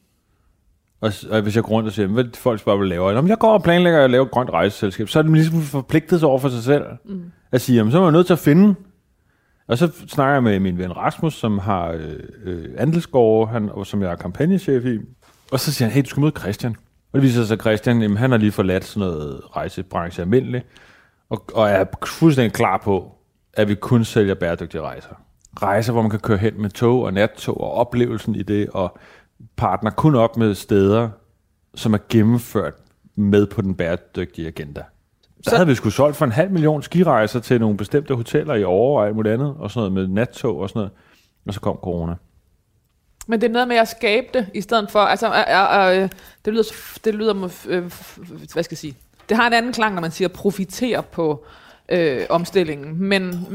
E: og hvis jeg går rundt og siger, hvad folk spørger, hvad laver? Når jeg går og planlægger at lave et grønt rejseselskab, så er det ligesom forpligtet sig over for sig selv. At sige, jamen, så er man nødt til at finde. Og så snakker jeg med min ven Rasmus, som har andelsgårde, som jeg er kampagnechef i. Og så siger han, hey, du skal møde Christian. Og det viser sig, at Christian, jamen, han har lige forladt sådan noget rejsebranche almindeligt. Og er fuldstændig klar på, at vi kun sælger bæredygtige rejser. Rejser, hvor man kan køre hen med tog og nattog og oplevelsen i det, og partner kun op med steder, som er gennemført med på den bæredygtige agenda. Så havde vi sgu solgt for 500.000 skirejser til nogle bestemte hoteller i Åre og alt muligt andet, og sådan noget med nattog og sådan noget. Og så kom corona.
A: Men det er noget med at skabe det, i stedet for, altså, det lyder, hvad skal jeg sige, det har en anden klang, når man siger profitere på omstillingen,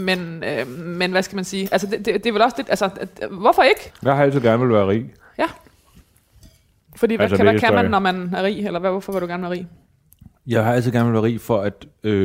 A: men hvad skal man sige, altså det er vel også det, altså, hvorfor ikke?
E: Jeg har altid gerne vil være rig.
A: Ja. Fordi
E: Altså,
A: hvad kan man, når man er rig, eller hvorfor vil du gerne være rig?
E: Jeg har altid gerne vil være rig for at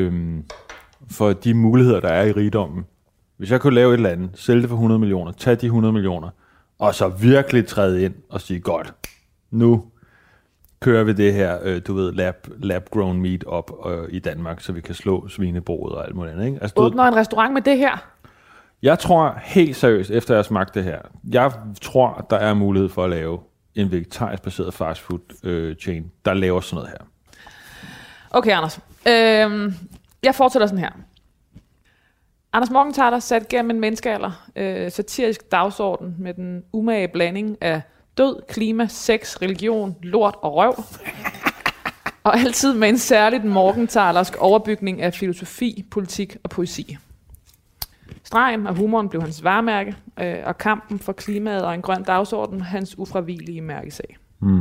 E: for de muligheder, der er i rigdommen. Hvis jeg kunne lave et eller andet, sælge det for 100 millioner, tage de 100 millioner, og så virkelig træde ind og sige, godt, nu kører vi det her, du ved, lab-grown meat op i Danmark, så vi kan slå svinebruget og alt muligt andet. Ikke? Altså,
A: åbner en restaurant med det her?
E: Jeg tror helt seriøst, efter jeg har smagt det her, jeg tror, der er mulighed for at lave en vegetarisk baseret fastfood chain, der laver sådan noget her.
A: Okay, Anders. Jeg fortsætter sådan her. Anders Morgenthaler satte gennem en menneskealder satirisk dagsorden med den umage blanding af død, klima, sex, religion, lort og røv. Og altid med en særligt morgenthalersk overbygning af filosofi, politik og poesi. Stregen og humoren blev hans varemærke, og kampen for klimaet og en grøn dagsorden hans ufravigelige mærkesag.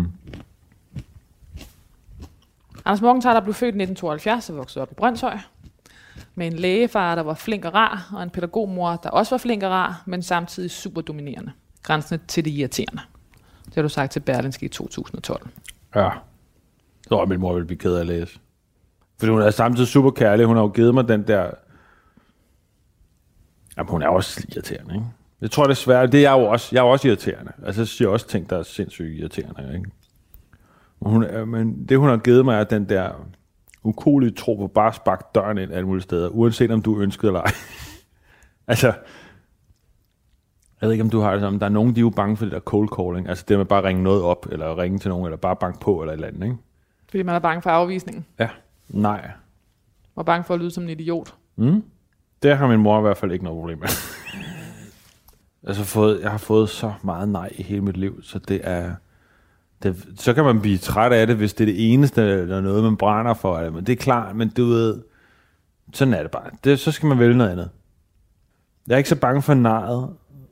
A: Anders Morgenthaler blev født i 1972 og voksede op i Brønshøj. Med en lægefar, der var flink og rar, og en pædagogmor, der også var flink og rar, men samtidig super dominerende. Grænsende til det irriterende. Det har du sagt til Berlingske i 2012.
E: Ja. Så tror jeg, min mor ville blive ked af at læse. Fordi hun er samtidig super kærlig. Hun har jo givet mig den der... Jamen, hun er også irriterende, ikke? Jeg tror, det er svært. Det er jeg jo også. Jeg er også irriterende. Altså, jeg siger også ting, der er sindssygt irriterende, ikke? Men det, hun har givet mig, er den der ukuelige tro på bare at sparke døren ind alle mulige steder, uanset om du ønsker eller ej. Altså, jeg ved ikke, om du har det sådan, der er nogen, de er jo bange for det der cold calling, altså det med bare at ringe noget op, eller ringe til nogen, eller bare banke på, eller et eller andet, ikke?
A: Fordi man er bange for afvisningen.
E: Ja, nej.
A: Og bange for at lyde som en idiot.
E: Det har min mor i hvert fald ikke noget problem med. Altså, jeg har fået så meget nej i hele mit liv, så det er... så kan man blive træt af det, hvis det er det eneste, eller noget, man brænder for. Men det er klart, men du ved, sådan er det bare. Så skal man vælge noget andet. Jeg er ikke så bange for nejet,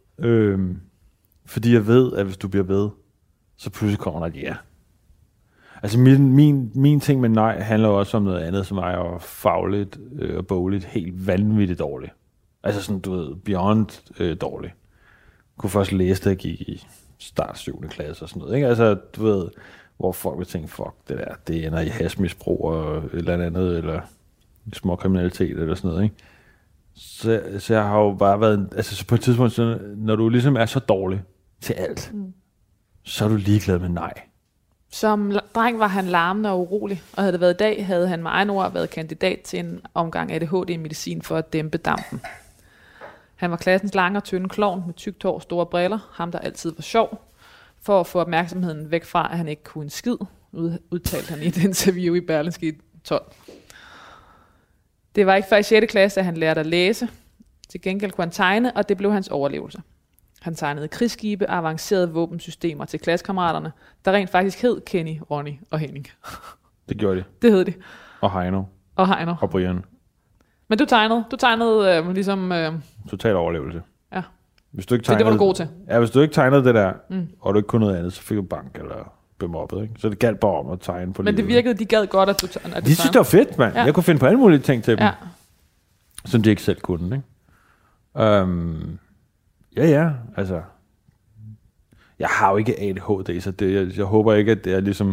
E: fordi jeg ved, at hvis du bliver ved, så pludselig kommer der et ja. Altså min ting med nej handler også om noget andet, som er jo fagligt og bogligt helt vanvittigt dårligt. Altså sådan, du ved, beyond dårligt. Jeg kunne først læse det, jeg gik i start 7. klasse og sådan noget, ikke? Altså, du ved, hvor folk vil tænke, fuck, det ender i hashmisbrug og et eller andet, eller småkriminalitet eller sådan noget, ikke? Så jeg har jo bare været, altså så på et tidspunkt, så, når du ligesom er så dårlig til alt, så er du ligeglad med nej.
A: Som dreng var han larmende og urolig, og havde det været i dag, havde han med egen ord været kandidat til en omgang ADHD-medicin for at dæmpe dampen. Han var klassens lange og tynde klovn med tykt hår og store briller, ham der altid var sjov, for at få opmærksomheden væk fra, at han ikke kunne en skid, udtalte han i et interview i Berlingske i 12. Det var ikke før i 6. klasse, at han lærte at læse. Til gengæld kunne han tegne, og det blev hans overlevelse. Han tegnede krigsskibe og avancerede våbensystemer til klassekammeraterne, der rent faktisk hed Kenny, Ronny og Henning.
E: Det gjorde de.
A: Det hed de.
E: Og Heino. Og Brian.
A: Men du tegnede ligesom...
E: Total overlevelse.
A: Ja.
E: Hvis du ikke tegnede,
A: det var du god til.
E: Ja, hvis du ikke tegnede det der, og du ikke kunne noget andet, så fik du bank eller blev mobbet, ikke? Så det galt bare om at tegne på
A: men
E: livet.
A: Det virkede, de gad godt, at du tegnede.
E: De synes, det var fedt, mand. Ja. Jeg kunne finde på alle mulige ting til dem, som de ikke selv kunne, ikke? Ja, altså... Jeg har jo ikke ADHD, så jeg håber ikke, at det er ligesom...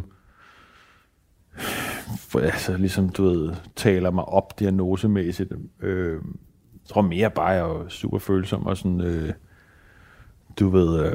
E: Altså, ligesom, du ved, taler mig op diagnosemæssigt. Jeg tror mere bare, jeg er super følsom og sådan... du ved...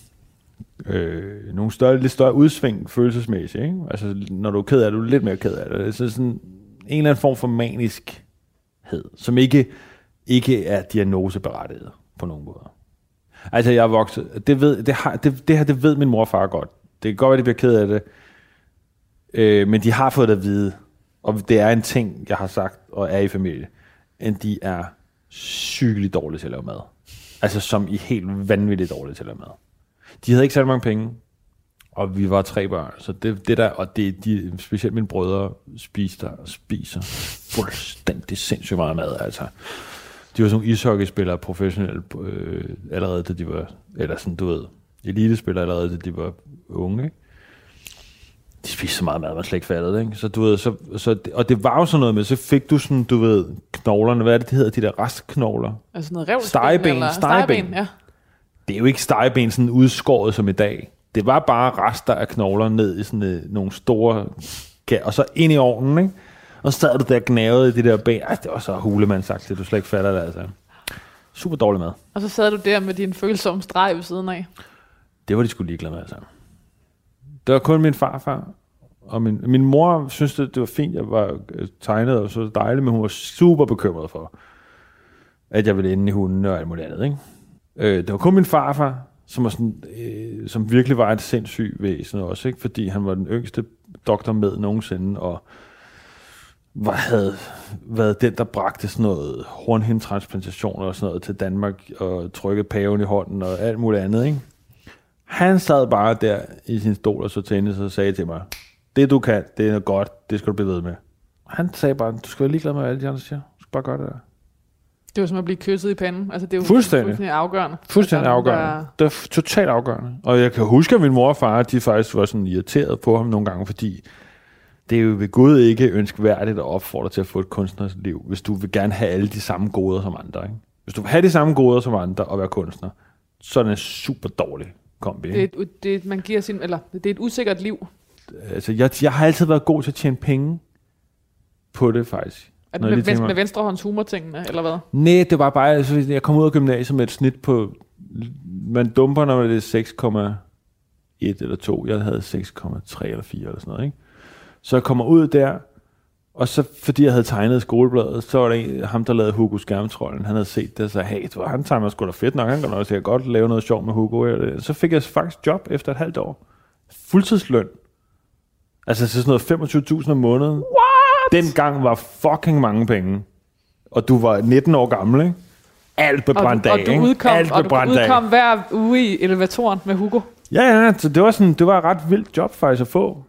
E: nogle lidt større udsving følelsesmæssigt, ikke? Altså, når du er ked af det, du er lidt mere ked af det. Så sådan en eller anden form for maniskhed, som ikke er diagnoseberettiget på nogen måde. Altså, jeg er vokset... Det ved min mor og far godt. Det kan godt være, de bliver ked af det. Men de har fået det at vide, og det er en ting, jeg har sagt, og er i familie, at de er sygeligt dårlige til at lave mad. Altså, som i helt vanvittigt dårlige til at lave mad. De havde ikke særlig mange penge, og vi var 3 børn, så det der, og de, specielt mine brødre, spiser fuldstændig sindssygt meget mad, altså. De var sådan nogle ishockeyspillere, professionelle, allerede da de var, eller sådan, du ved, elitespillere allerede da de var unge, ikke? De spiste så meget mad, man slet ikke fattede det, ikke? Så du ved, og det var jo sådan noget med, så fik du sådan, du ved, knoglerne, hvad er det hedder, de der restknogler?
A: Altså noget revsben,
E: Stegeben,
A: ja.
E: Det er jo ikke stegeben sådan udskåret som i dag. Det var bare rester af knogler ned i sådan nogle store, og så ind i ovnen, ikke? Og så sad du der gnavede i de der ben. Ej, det var så hulemandsagtigt, du slet ikke fatter det, altså. Super dårlig mad.
A: Og så sad du der med din følsomme streg ved siden af.
E: Det var de sgu ligeglade med, altså. Det var kun min farfar. Og min mor synes, det var fint, jeg var tegnet og så dejligt, men hun var super bekymret for, at jeg ville ende i hunden og alt muligt andet, ikke? Det var kun min farfar, som var sådan, som virkelig var et sindssygt væsen også, ikke? Fordi han var den yngste doktor med nogensinde, og havde været den, der bragte sådan noget hornhindetransplantationer og sådan noget til Danmark, og trykkede paven i hånden og alt muligt andet, ikke? Han sad bare der i sin stol og så tennis og sagde til mig, det du kan, det er godt, det skal du blive ved med. Han sagde bare, du skal være ligeglad med, hvad alle de andre siger. Du skal bare gøre det der.
A: Det var som at blive kysset i panden. Altså, det er jo
E: fuldstændig
A: afgørende.
E: Fuldstændig afgørende. Det var totalt afgørende. Og jeg kan huske, at min mor og far, de faktisk var sådan irriteret på ham nogle gange, fordi det er jo ved Gud ikke ønskværdigt at opfordre til at få et kunstnerisk liv, hvis du vil gerne have alle de samme goder som andre. Ikke? Hvis du vil have de samme goder som andre og være kunstner, så er det en super dårlig kombi.
A: Det er et usikkert liv.
E: Altså, jeg har altid været god til at tjene penge på det, faktisk.
A: Med venstrehånds humortingene, eller hvad?
E: Nej, det var bare, altså, jeg kom ud af gymnasiet med et snit på, man dumper, når det er 6,1 eller 2. Jeg havde 6,3 eller 4 eller sådan noget, ikke? Så jeg kommer ud der, og så fordi jeg havde tegnet skolebladet, så var det ham, der lavede Hugo Skærmtrollen. Han havde set det og sagde, hey, han tager mig sgu da fedt nok, han kan også godt lave noget sjovt med Hugo. Så fik jeg faktisk job efter et halvt år. Fuldtidsløn. Altså sådan noget 25.000 om måneden.
A: What?
E: Dengang var fucking mange penge. Og du var 19 år gammel, ikke? Alt blev brændt af, ikke?
A: Og du udkom hver uge i elevatoren med Hugo.
E: Ja, så det var et ret vildt job faktisk at få.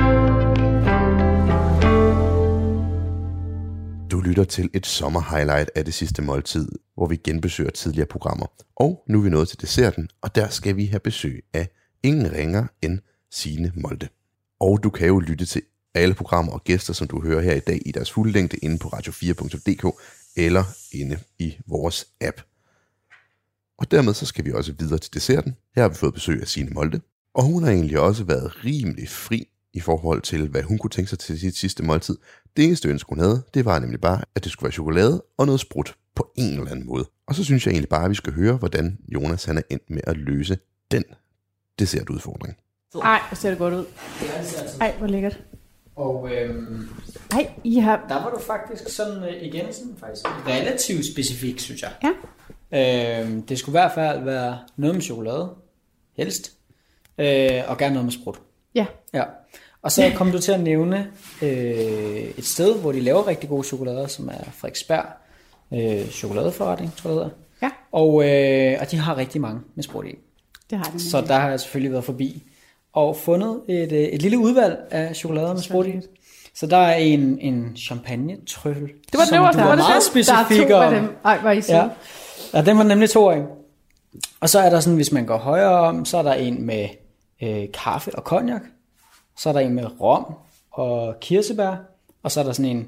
B: Du lytter til et sommerhighlight af Det Sidste Måltid, hvor vi genbesøger tidligere programmer. Og nu er vi nået til desserten, og der skal vi have besøg af ingen ringer end Signe Molde. Og du kan jo lytte til alle programmer og gæster, som du hører her i dag, i deres fulde længde inde på radio4.dk eller inde i vores app. Og dermed så skal vi også videre til desserten. Her har vi fået besøg af Signe Molde, og hun har egentlig også været rimelig fri i forhold til, hvad hun kunne tænke sig til sit sidste måltid. Det eneste ønske, hun havde, det var nemlig bare, at det skulle være chokolade og noget sprut på en eller anden måde. Og så synes jeg egentlig bare, at vi skal høre, hvordan Jonas han er endt med at løse den dessertudfordring.
F: Ej, hvor ser det godt ud. Ej, hvor lækkert.
C: Og
F: ej,
C: der var du faktisk sådan igen sådan faktisk relativt specifik, synes jeg.
F: Ja.
C: Det skulle i hvert fald være noget med chokolade, helst, og gerne noget med sprut.
F: Ja.
C: Ja. Og så kom du til at nævne et sted, hvor de laver rigtig gode chokolader, som er Frederiksberg chokoladeforretning, tror jeg det hedder. Og de har rigtig mange med sprut i.
F: Det har de.
C: Så der har jeg selvfølgelig været forbi og fundet et lille udvalg af chokolader med sprut i. Så der er en champagne-trøffel,
A: det var
C: som du var meget specifik.
F: Der er 2 af dem. Ej, hvor I siger.
C: Ja, den var nemlig 2 af. Og så er der sådan, hvis man går højere om, så er der en med kaffe og cognac. Så er der en med rom og kirsebær. Og så er der sådan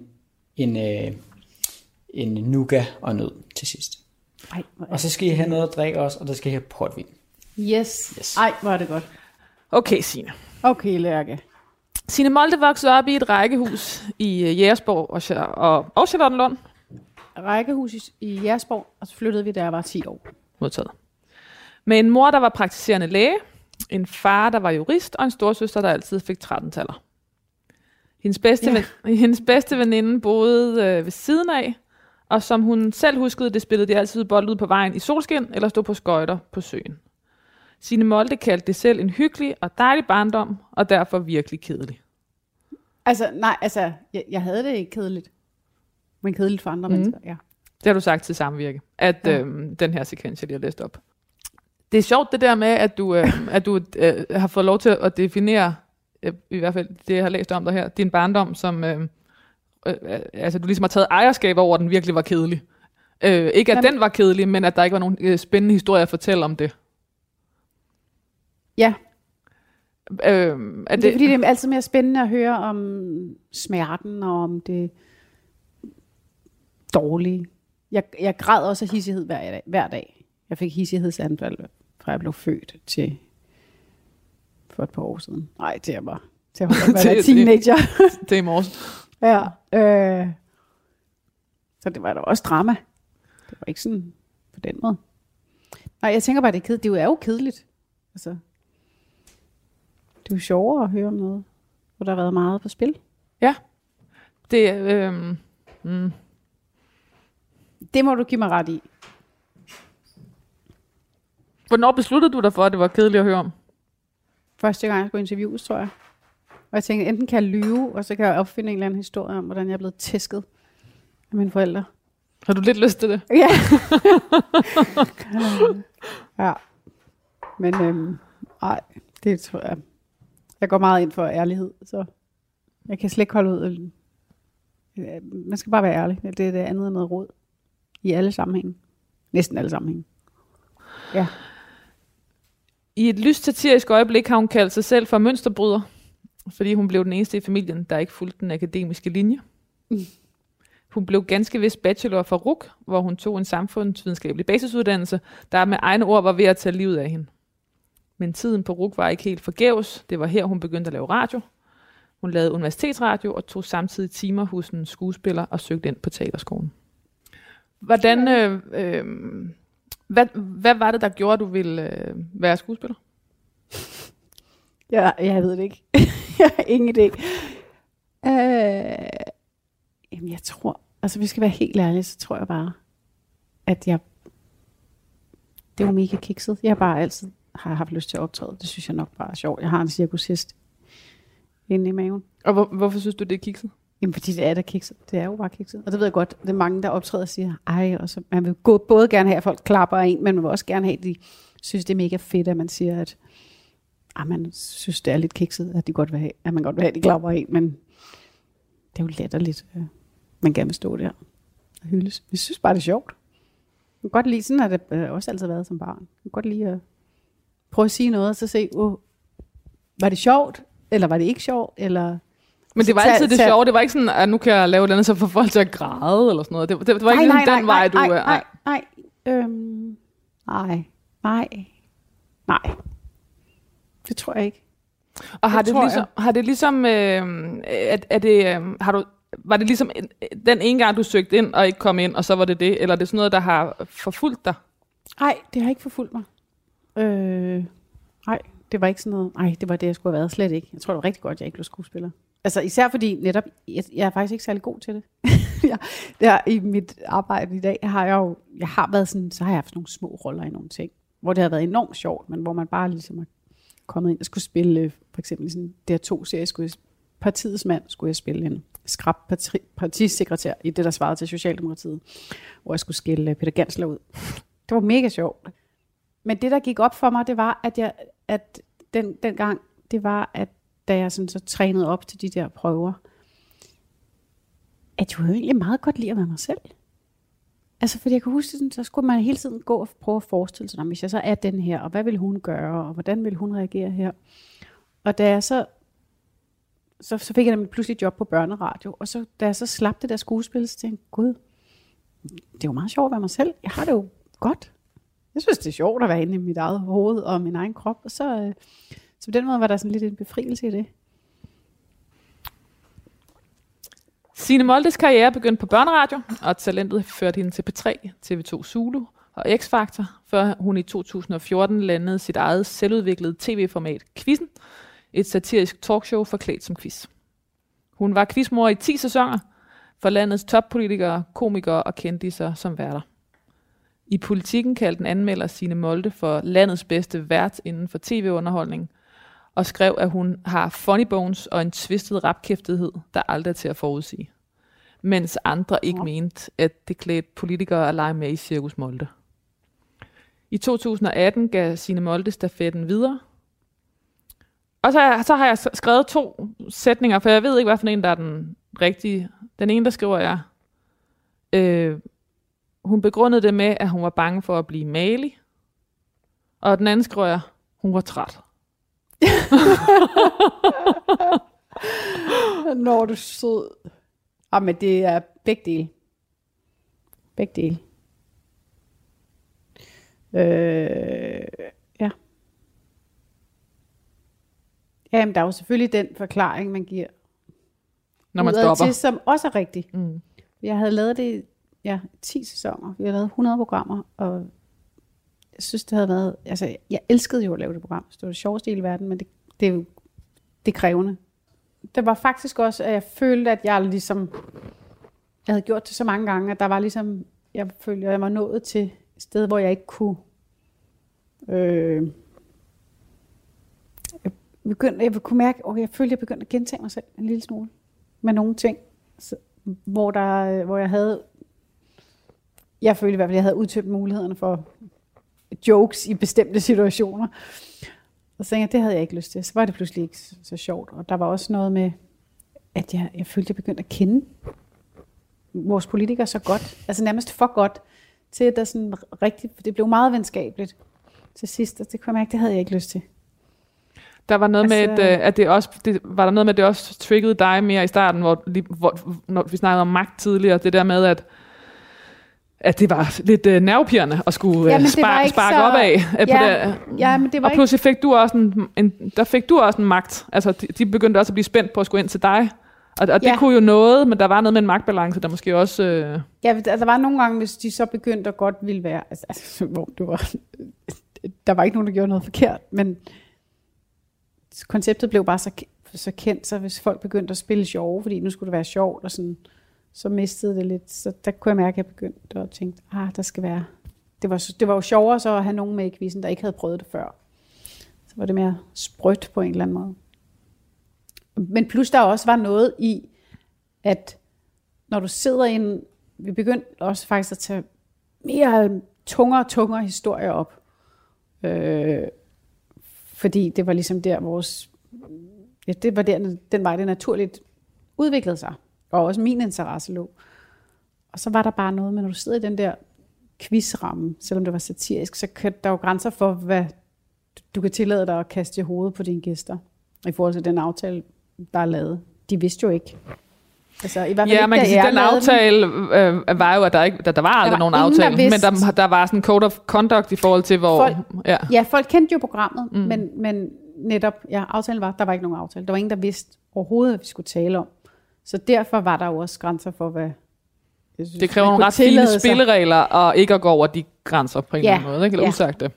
C: en nougat og nød til sidst.
F: Ej,
C: og så skal I have noget at drikke også, og der skal I have portvin.
F: Yes. Ej, hvor er det godt.
A: Okay, Signe.
F: Okay, Lærke.
A: Signe Molde voksede op i et rækkehus i Jægersborg og Charlottenlund.
F: Rækkehus i Jægersborg, og så flyttede vi, da jeg var 10 år.
A: Modtaget. Med en mor, der var praktiserende læge, en far, der var jurist, og en storsøster, der altid fik 13-taller. Hendes bedste veninde boede ved siden af, og som hun selv huskede, det spillede de altid bold ud på vejen i solskin, eller stod på skøjter på søen. Signe Molde kaldte det selv en hyggelig og dejlig barndom, og derfor virkelig kedelig.
F: Jeg havde det ikke kedeligt. Men kedeligt for andre mennesker, ja.
A: Det har du sagt til Samvirke, at den her sekvens, jeg lige har læst op. Det er sjovt det der med, at du har fået lov til at definere, i hvert fald det, jeg har læst om dig her, din barndom, som du ligesom har taget ejerskab over, at den virkelig var kedelig. Ikke at den var kedelig, men at der ikke var nogen spændende historier at fortælle om det.
F: Ja. Det er fordi, det er altid mere spændende at høre om smerten og om det dårlige. Jeg græd også af hissighed hver dag. Jeg fik hissighedsanfald, fra jeg blev født til for et par år siden. Nej, til jeg var teenager.
A: Det er i morges.
F: Ja. Så det var da også drama. Det var ikke sådan på den måde. Nej, jeg tænker bare, det er kedeligt. Det er jo kedeligt. Altså, det er jo sjovere at høre om noget, hvor der har været meget på spil.
A: Ja.
F: Det må du give mig ret i.
A: Hvornår besluttede du dig for, at det var kedeligt at høre om?
F: Første gang, jeg skulle interviews, tror jeg. Og jeg tænkte, enten kan jeg lyve, og så kan jeg opfinde en eller anden historie om, hvordan jeg er blevet tæsket af mine forældre.
A: Har du lidt lyst til det?
F: Ja. Ja. Men nej, det tror jeg. Jeg går meget ind for ærlighed, så jeg kan slet ikke holde ud. Man skal bare være ærlig. Det er det andet end noget råd. I alle sammenhænge. Næsten alle sammenhænge. Ja.
A: I et lyst satirisk øjeblik har hun kaldt sig selv for mønsterbryder, fordi hun blev den eneste i familien, der ikke fulgte den akademiske linje. Hun blev ganske vist bachelor fra RUC, hvor hun tog en samfundsvidenskabelig basisuddannelse, der med egne ord var ved at tage livet af hende. Men tiden på RUC var ikke helt forgæves. Det var her, hun begyndte at lave radio. Hun lavede universitetsradio og tog samtidig timer hos en skuespiller og søgte ind på teaterskolen. Hvordan, hvad var det, der gjorde, at du ville være skuespiller?
F: Ja, jeg ved det ikke. Jeg har ingen idé. Jamen, jeg tror, altså vi skal være helt ærlige, så tror jeg bare, at det var mega kikset. Jeg bare altid har haft lyst til at optræde. Det synes jeg nok bare er sjovt. Jeg har en cirkushest inde i maven.
A: Og hvorfor synes du, det er kikset?
F: Jamen, fordi det er da kikset. Det er jo bare kikset. Og det ved jeg godt. Det er mange, der optræder og siger, ej, og så man vil både gerne have, at folk klapper af en, men man vil også gerne have, at de synes, det er mega fedt, at man siger, at man synes, det er lidt kikset, at de godt vil have, at man godt vil have, at de klapper af en, men det er jo letterligt, man gerne vil stå der og hyldes. Vi synes bare, det er sjovt. Jeg kan godt lide, sådan har det også altid været som barn. Jeg kan godt lide at prøve at sige noget, og så se, var det sjovt, eller var det ikke sjovt, eller...
A: Men det var altid det sjove. Det var ikke sådan, at nu kan jeg lave noget, så får folk til at græde, eller sådan noget. Det var ikke den vej, du...
F: Nej. Det tror jeg ikke.
A: Og var det ligesom den ene gang, du søgte ind og ikke kom ind, og så var det det? Eller er det sådan noget, der har forfulgt dig?
F: Nej, det har ikke forfulgt mig. Nej, det var ikke sådan noget. Nej, det var det, jeg skulle have været. Slet ikke. Jeg tror, det var rigtig godt, at jeg ikke blev skuespiller. Altså især fordi netop, jeg er faktisk ikke særlig god til det. I mit arbejde i dag jeg har været sådan, så har jeg haft nogle små roller i nogle ting, hvor det har været enormt sjovt, men hvor man bare ligesom er kommet ind og skulle spille, for eksempel i sådan DR2-serie, Partiets mand skulle jeg spille en skrab partisekretær i det, der svarede til Socialdemokratiet, hvor jeg skulle skille Peter Gansler ud. Det var mega sjovt. Men det, der gik op for mig, det var, at den gang, det var, at da jeg sådan så trænede op til de der prøver, at jeg jo egentlig meget godt lide at være mig selv. Altså, fordi jeg kan huske, sådan, så skulle man hele tiden gå og prøve at forestille sig, hvis jeg så er den her, og hvad vil hun gøre, og hvordan vil hun reagere her? Og da jeg så fik jeg nemlig pludselig et job på børneradio, og så, da jeg så slap det der skuespil, så tænkte jeg, gud, det er jo meget sjovt at være mig selv. Jeg har det jo godt. Jeg synes, det er sjovt at være inde i mit eget hoved og min egen krop, og så på den måde var der sådan lidt en befrielse i det.
A: Signe Moldes karriere begyndte på børneradio, og talentet førte hende til P3, TV2 Zulu og X-Factor, før hun i 2014 landede sit eget selvudviklede tv-format Quizzen, et satirisk talkshow forklædt som quiz. Hun var quizmor i 10 sæsoner for landets toppolitikere, komikere og kendiser som værter. I Politikken kaldte den anmelder Signe Molde for landets bedste vært inden for tv-underholdning, og skrev, at hun har funny bones og en twistet rapkæftighed, der aldrig er til at forudsige. Mens andre ikke mente, at det klædte politikere at lege med i Cirkus Molde. I 2018 gav Signe Molde stafetten videre. Og så har jeg skrevet 2 sætninger, for jeg ved ikke, hvad for en, der er den rigtige. Den ene, der skriver jeg, hun begrundede det med, at hun var bange for at blive malig. Og den anden skriver jeg, hun var træt.
F: Når du er sød. Men det er begge dele. Begge dele. Ja. Jamen, der er jo selvfølgelig den forklaring, man giver.
A: Når man stopper.
F: Til, som også er rigtig. Mm. Jeg havde lavet det i 10 sæsoner. Vi havde lavet 100 programmer, og jeg synes, det havde været... Altså, jeg elskede jo at lave det program. Det var det sjoveste i hele verden, men det er jo det krævende. Det var faktisk også, at jeg følte, at jeg ligesom... Jeg havde gjort det så mange gange, at der var ligesom... Jeg følte, at jeg var nået til et sted, hvor jeg ikke kunne Jeg kunne mærke, jeg følte, jeg begyndte at gentage mig selv en lille smule med nogle ting, hvor jeg følte i hvert fald, at jeg havde udtømt mulighederne for jokes i bestemte situationer. Og så tænkte jeg, det havde jeg ikke lyst til. Så var det pludselig ikke så sjovt. Og der var også noget med, at jeg følte, at jeg begyndte at kende vores politikere så godt. Altså nærmest for godt, til at der sådan rigtigt, det blev meget venskabeligt til sidst. Og det kunne jeg mærke, det havde jeg ikke lyst til.
A: Der var noget med, at det også triggede dig mere i starten, når vi snakkede om magt tidligere, det der med, at det var lidt nervepirrende at skulle sparke op af.
F: Men det var
A: og pludselig fik du også en magt. Altså, de begyndte også at blive spændt på at skulle ind til dig. Og det kunne jo noget, men der var noget med en magtbalance, der måske også...
F: Ja, der var nogle gange, hvis de så begyndte at godt ville være... Altså, hvor det var... Der var ikke nogen, der gjorde noget forkert, men konceptet blev bare så kendt, så hvis folk begyndte at spille sjove, fordi nu skulle det være sjovt, og sådan, så mistede det lidt. Så der kunne jeg mærke, at jeg begyndte at tænke, der skal være... Det var jo sjovere så at have nogen med i quizzen, der ikke havde prøvet det før. Så var det mere sprødt på en eller anden måde. Men plus der også var noget i, at når du sidder i en... Vi begyndte også faktisk at tage mere tungere historier op. Fordi det var ligesom der vores... Ja, det var der, den vej, det naturligt udviklede sig. Og også min interesse lå. Og så var der bare noget med, når du sidder i den der quizramme, selvom det var satirisk, så kan der jo grænser for, hvad du kan tillade dig at kaste i hovedet på dine gæster. I forhold til den aftale, der er lavet. De vidste jo ikke. Altså, i hvert fald
A: man kan sige, den aftale var jo, at der var aldrig nogen aftale, men der var sådan en code of conduct i forhold til, hvor...
F: Folk kendte jo programmet, men netop, aftalen var, der var ikke nogen aftale. Der var ingen, der vidste overhovedet, hvad vi skulle tale om. Så derfor var der jo også grænser for, hvad... Synes,
A: det kræver nogle ret fine spilleregler, og ikke at gå over de grænser på en eller anden måde, ikke? Eller usagte.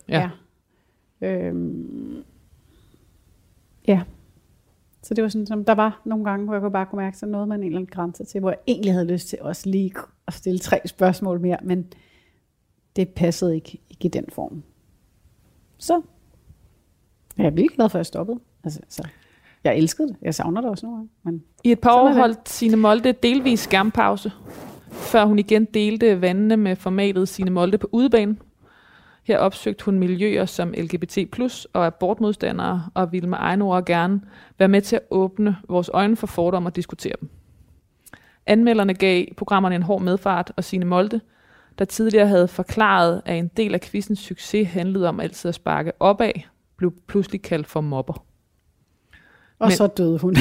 F: Så det var sådan, som der var nogle gange, hvor jeg bare kunne mærke, så noget man en eller anden grænse til, hvor jeg egentlig havde lyst til også lige at stille 3 spørgsmål mere, men det passede ikke i den form. Så jeg er virkelig glad for, at jeg stoppede. Altså, jeg elskede det. Jeg savner det også nogle gange. Men
A: i et par år holdt Signe Molde delvis skærmpause, før hun igen delte vandene med formatet Signe Molde på udebane. Her opsøgte hun miljøer som LGBT+, og abortmodstandere, og ville med egne ord gerne være med til at åbne vores øjne for fordomme og diskutere dem. Anmelderne gav programmerne en hård medfart, og Signe Molde, der tidligere havde forklaret, at en del af quizzens succes handlede om altid at sparke opad, blev pludselig kaldt for mobber.
F: Så døde hun.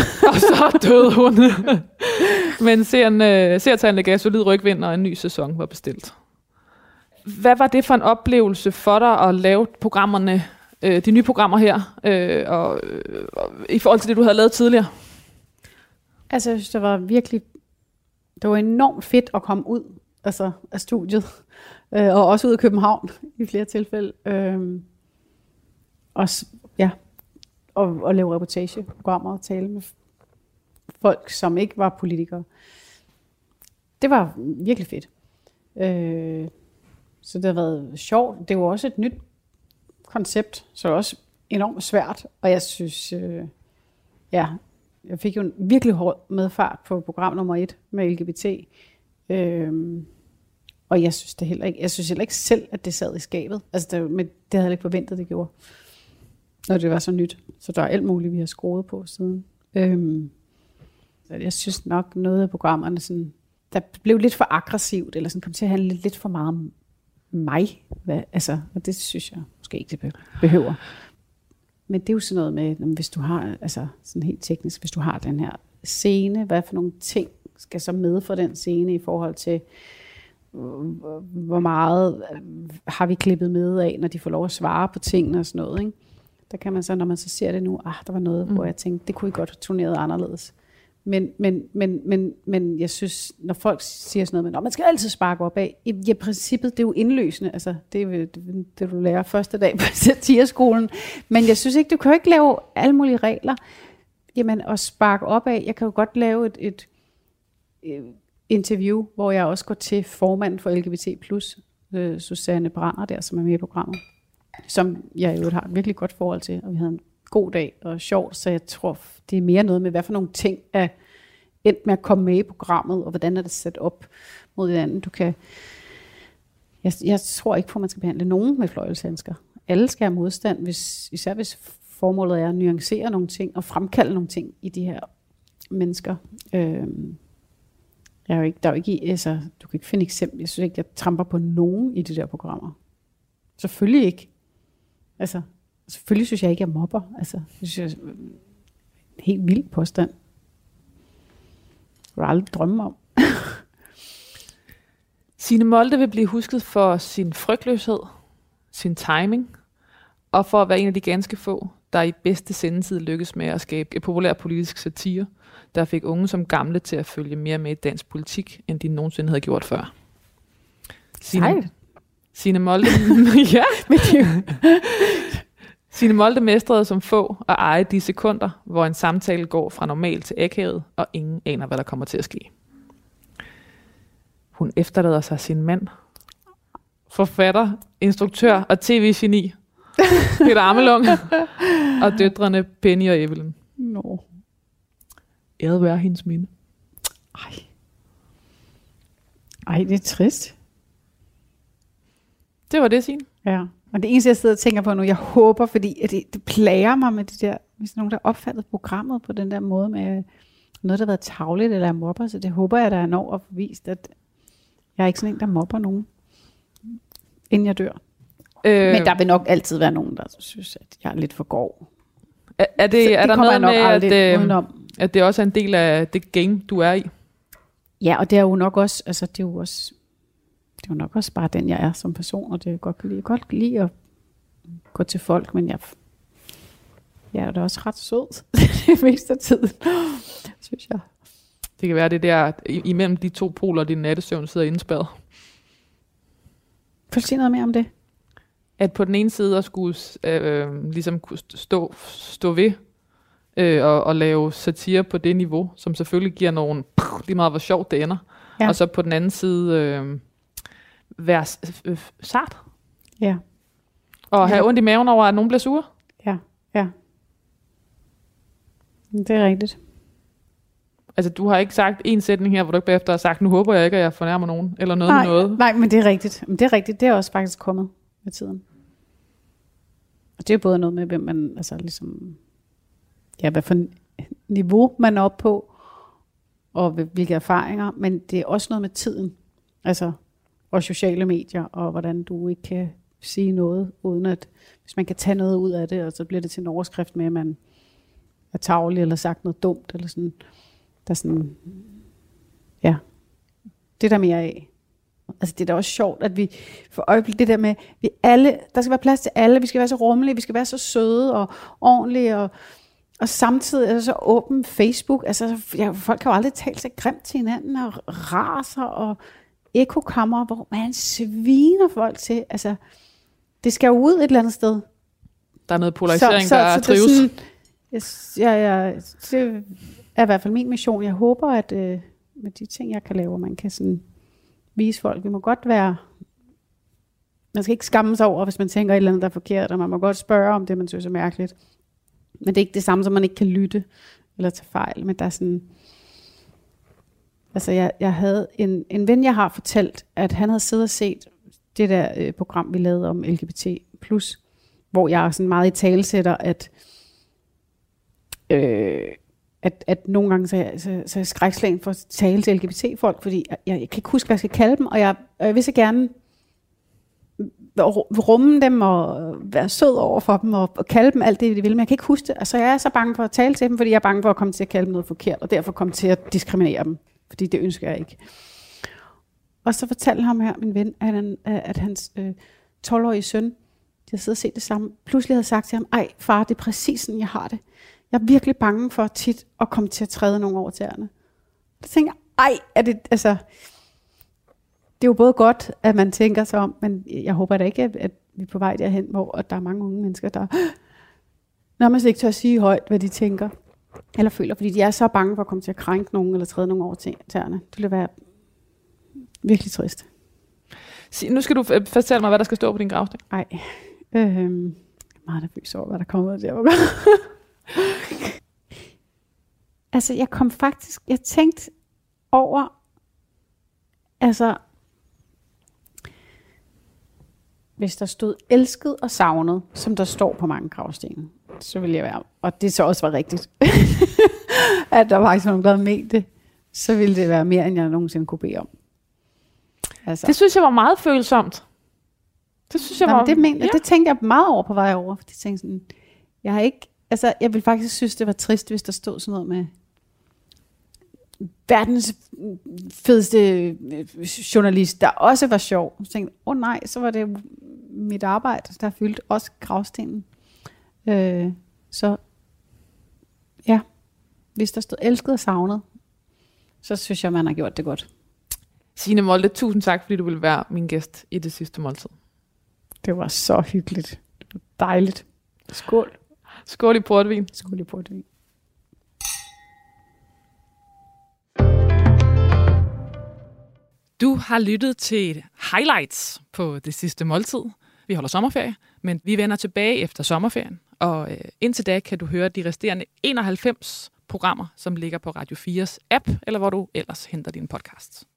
A: Men seertallene gav solid rygvind, og en ny sæson var bestilt. Hvad var det for en oplevelse for dig at lave programmerne, de nye programmer her, og i forhold til det, du havde lavet tidligere?
F: Altså, jeg synes, det var enormt fedt at komme ud af studiet, og også ud af København i flere tilfælde. Og lave reportageprogrammer og tale med folk, som ikke var politikere. Det var virkelig fedt. Så det har været sjovt. Det var også et nyt koncept, så det var også enormt svært. Og jeg synes, jeg fik jo en virkelig hård medfart på program nummer 1 med LGBT. Og jeg synes heller ikke selv, at det sad i skabet. Altså, det havde jeg ikke forventet, det gjorde. Når det var så nyt. Så der er alt muligt, vi har skruet på siden. Så jeg synes nok, noget af programmerne sådan, der blev lidt for aggressivt, eller sådan kom til at handle lidt for meget om mig. Og det synes jeg måske ikke, det behøver. Men det er jo sådan noget med, hvis du har, altså sådan helt teknisk, hvis du har den her scene, hvad for nogle ting skal så med for den scene i forhold til, hvor meget har vi klippet med af, når de får lov at svare på tingene og sådan noget, ikke? Der kan man så, når man så ser det nu, der var noget, hvor jeg tænkte, det kunne I godt have turneret anderledes. Men jeg synes, når folk siger sådan noget, man skal altid sparke op af. I princippet, det er jo indløsende. Altså, det er det, du lærer første dag på satireskolen. Men jeg synes ikke, du kan jo ikke lave alle mulige regler. Jamen, at sparke op af. Jeg kan jo godt lave et interview, hvor jeg også går til formanden for LGBT+, Susanne Brander der, som er med i programmet. som jeg jo har et virkelig godt forhold til, og vi havde en god dag og sjovt, så jeg tror, det er mere noget med, hvad for nogle ting er endt med at komme med i programmet, og hvordan er det sat op mod hinanden. Du kan... Jeg tror ikke på, at man skal behandle nogen med fløjelshandsker. Alle skal have modstand, især hvis formålet er at nuancere nogle ting og fremkalde nogle ting i de her mennesker. Der er jo ikke altså, du kan ikke finde eksempel. Jeg synes ikke, jeg tramper på nogen i de der programmer. Selvfølgelig ikke. Altså, selvfølgelig synes jeg ikke, jeg mobber. Altså, det synes jeg er en helt vild påstand. Det var aldrig drømme om.
A: Signe Molde vil blive husket for sin frygtløshed, sin timing, og for at være en af de ganske få, der i bedste sendetid lykkedes med at skabe et populær politisk satire, der fik unge som gamle til at følge mere med i dansk politik, end de nogensinde havde gjort før. Signe Molde, ja, Signe Molde mestrede som få at eje de sekunder, hvor en samtale går fra normal til akavet, og ingen aner, hvad der kommer til at ske. Hun efterlader sig sin mand, forfatter, instruktør og tv-geni, Peter Amelung, og døtrene Penny og Evelyn.
F: No.
A: Æret være hendes minde.
F: Ej, det er trist.
A: Det var det, Signe.
F: Ja, og det eneste, jeg sidder og tænker på nu, jeg håber, fordi at det plager mig med det der, hvis nogen, der opfattede programmet på den der måde med noget, der har været tarveligt eller mobber, så det håber jeg, der er når at vist, at jeg er ikke sådan en, der mobber nogen, inden jeg dør. Men der vil nok altid være nogen, der synes, at jeg er lidt for grov.
A: Er der noget med, at det også er en del af det game, du er i?
F: Ja, og det er jo nok også, altså det er jo nok også bare den, jeg er som person, og det jeg godt kan lide at gå til folk, men jeg er da også ret sød det meste af tiden, synes jeg.
A: Det kan være det der, imellem de to poler, din nattesøvn sidder indspærret.
F: Kan du sige noget mere om det?
A: At på den ene side at skulle ligesom stå ved og lave satire på det niveau, som selvfølgelig giver nogle, lige meget hvor sjovt det ender. Ja. Og så på den anden side være sart.
F: Ja.
A: Og have ondt i maven over, at nogen bliver sure.
F: Ja. Det er rigtigt.
A: Altså, du har ikke sagt en sætning her, hvor du ikke bagefter har sagt, nu håber jeg ikke, at jeg fornærmer nogen, eller noget med noget.
F: Nej, men det er rigtigt. Det er også faktisk kommet med tiden. Og det er både noget med, hvem man, altså ligesom, ja, hvad for niveau man er oppe på, og hvilke erfaringer, men det er også noget med tiden. Altså, og sociale medier, og hvordan du ikke kan sige noget, uden at, hvis man kan tage noget ud af det, og så bliver det til en overskrift med, at man er tarvelig, eller sagt noget dumt, eller sådan, der er sådan, ja, det der mere af. Altså det er da også sjovt, at vi for øjeblikket det der med, vi alle, der skal være plads til alle, vi skal være så rummelige, vi skal være så søde og ordentlige, og samtidig er det så åben Facebook, altså folk kan jo aldrig tale sig grimt til hinanden, og raser, og ekokammer, hvor man sviner folk til, altså det skal jo ud et eller andet sted.
A: Der er noget polarisering, der trives.
F: Det er i hvert fald min mission. Jeg håber, at med de ting, jeg kan lave, man kan sådan vise folk. Vi må godt være... Man skal ikke skamme sig over, hvis man tænker et eller andet, der er forkert, og man må godt spørge om det, man synes er mærkeligt. Men det er ikke det samme, som man ikke kan lytte eller tage fejl. Men der er sådan... Altså, jeg havde en ven, jeg har fortalt, at han havde siddet og set det der program, vi lavede om LGBT+, hvor jeg sådan meget i talesætter, at nogle gange så er jeg skrækslagen for at tale til LGBT-folk, fordi jeg kan ikke huske, hvad jeg skal kalde dem, og jeg vil så gerne rumme dem og være sød over for dem og kalde dem alt det, de vil, men jeg kan ikke huske det. Altså jeg er så bange for at tale til dem, fordi jeg er bange for at komme til at kalde dem noget forkert, og derfor komme til at diskriminere dem, fordi det ønsker jeg ikke. Og så fortalte ham her, min ven, at hans 12-årige søn, de havde siddet og set det samme, pludselig havde sagt til ham, ej far, det er præcis sådan, jeg har det. Jeg er virkelig bange for tit at komme til at træde nogle over tæerne. Så tænker jeg, ej, er det, altså, det er jo både godt, at man tænker sig om, men jeg håber da ikke, at vi er på vej derhen, hvor der er mange unge mennesker, der nærmest ikke tør at sige højt, hvad de tænker, eller føler, fordi de er så bange for at komme til at krænke nogen, eller træde nogle over tæerne. Det vil være virkelig trist.
A: Nu skal du fortælle mig, hvad der skal stå på din gravsten.
F: Nej, Meget nervøs over, hvad der kommer ud der. Altså, jeg tænkte over, altså, hvis der stod elsket og savnet, som der står på mange gravsten, så ville jeg være, og det så også var rigtigt, at der faktisk var nogen, der havde ment det, så ville det være mere, end jeg nogensinde kunne bede om. Altså.
A: Det synes jeg var meget følsomt. Det synes jeg var...
F: Det tænkte jeg meget over på vej over, fordi jeg tænkte sådan, jeg ville faktisk synes, det var trist, hvis der stod sådan noget med verdens fedeste journalist, der også var sjov. Så tænkte jeg, nej, så var det mit arbejde, der fyldte også gravstenen. Så ja, hvis der stod elsket og savnet, så synes jeg, man har gjort det godt.
A: Signe Molde, tusind tak, fordi du ville være min gæst i Det Sidste Måltid.
F: Det var så hyggeligt. Det var dejligt. Skål.
A: Skål i portvin.
F: Skål i portvin.
A: Du har lyttet til highlights på Det Sidste Måltid. Vi holder sommerferie, men vi vender tilbage efter sommerferien. Og indtil da kan du høre de resterende 91 programmer, som ligger på Radio 4's app, eller hvor du ellers henter dine podcasts.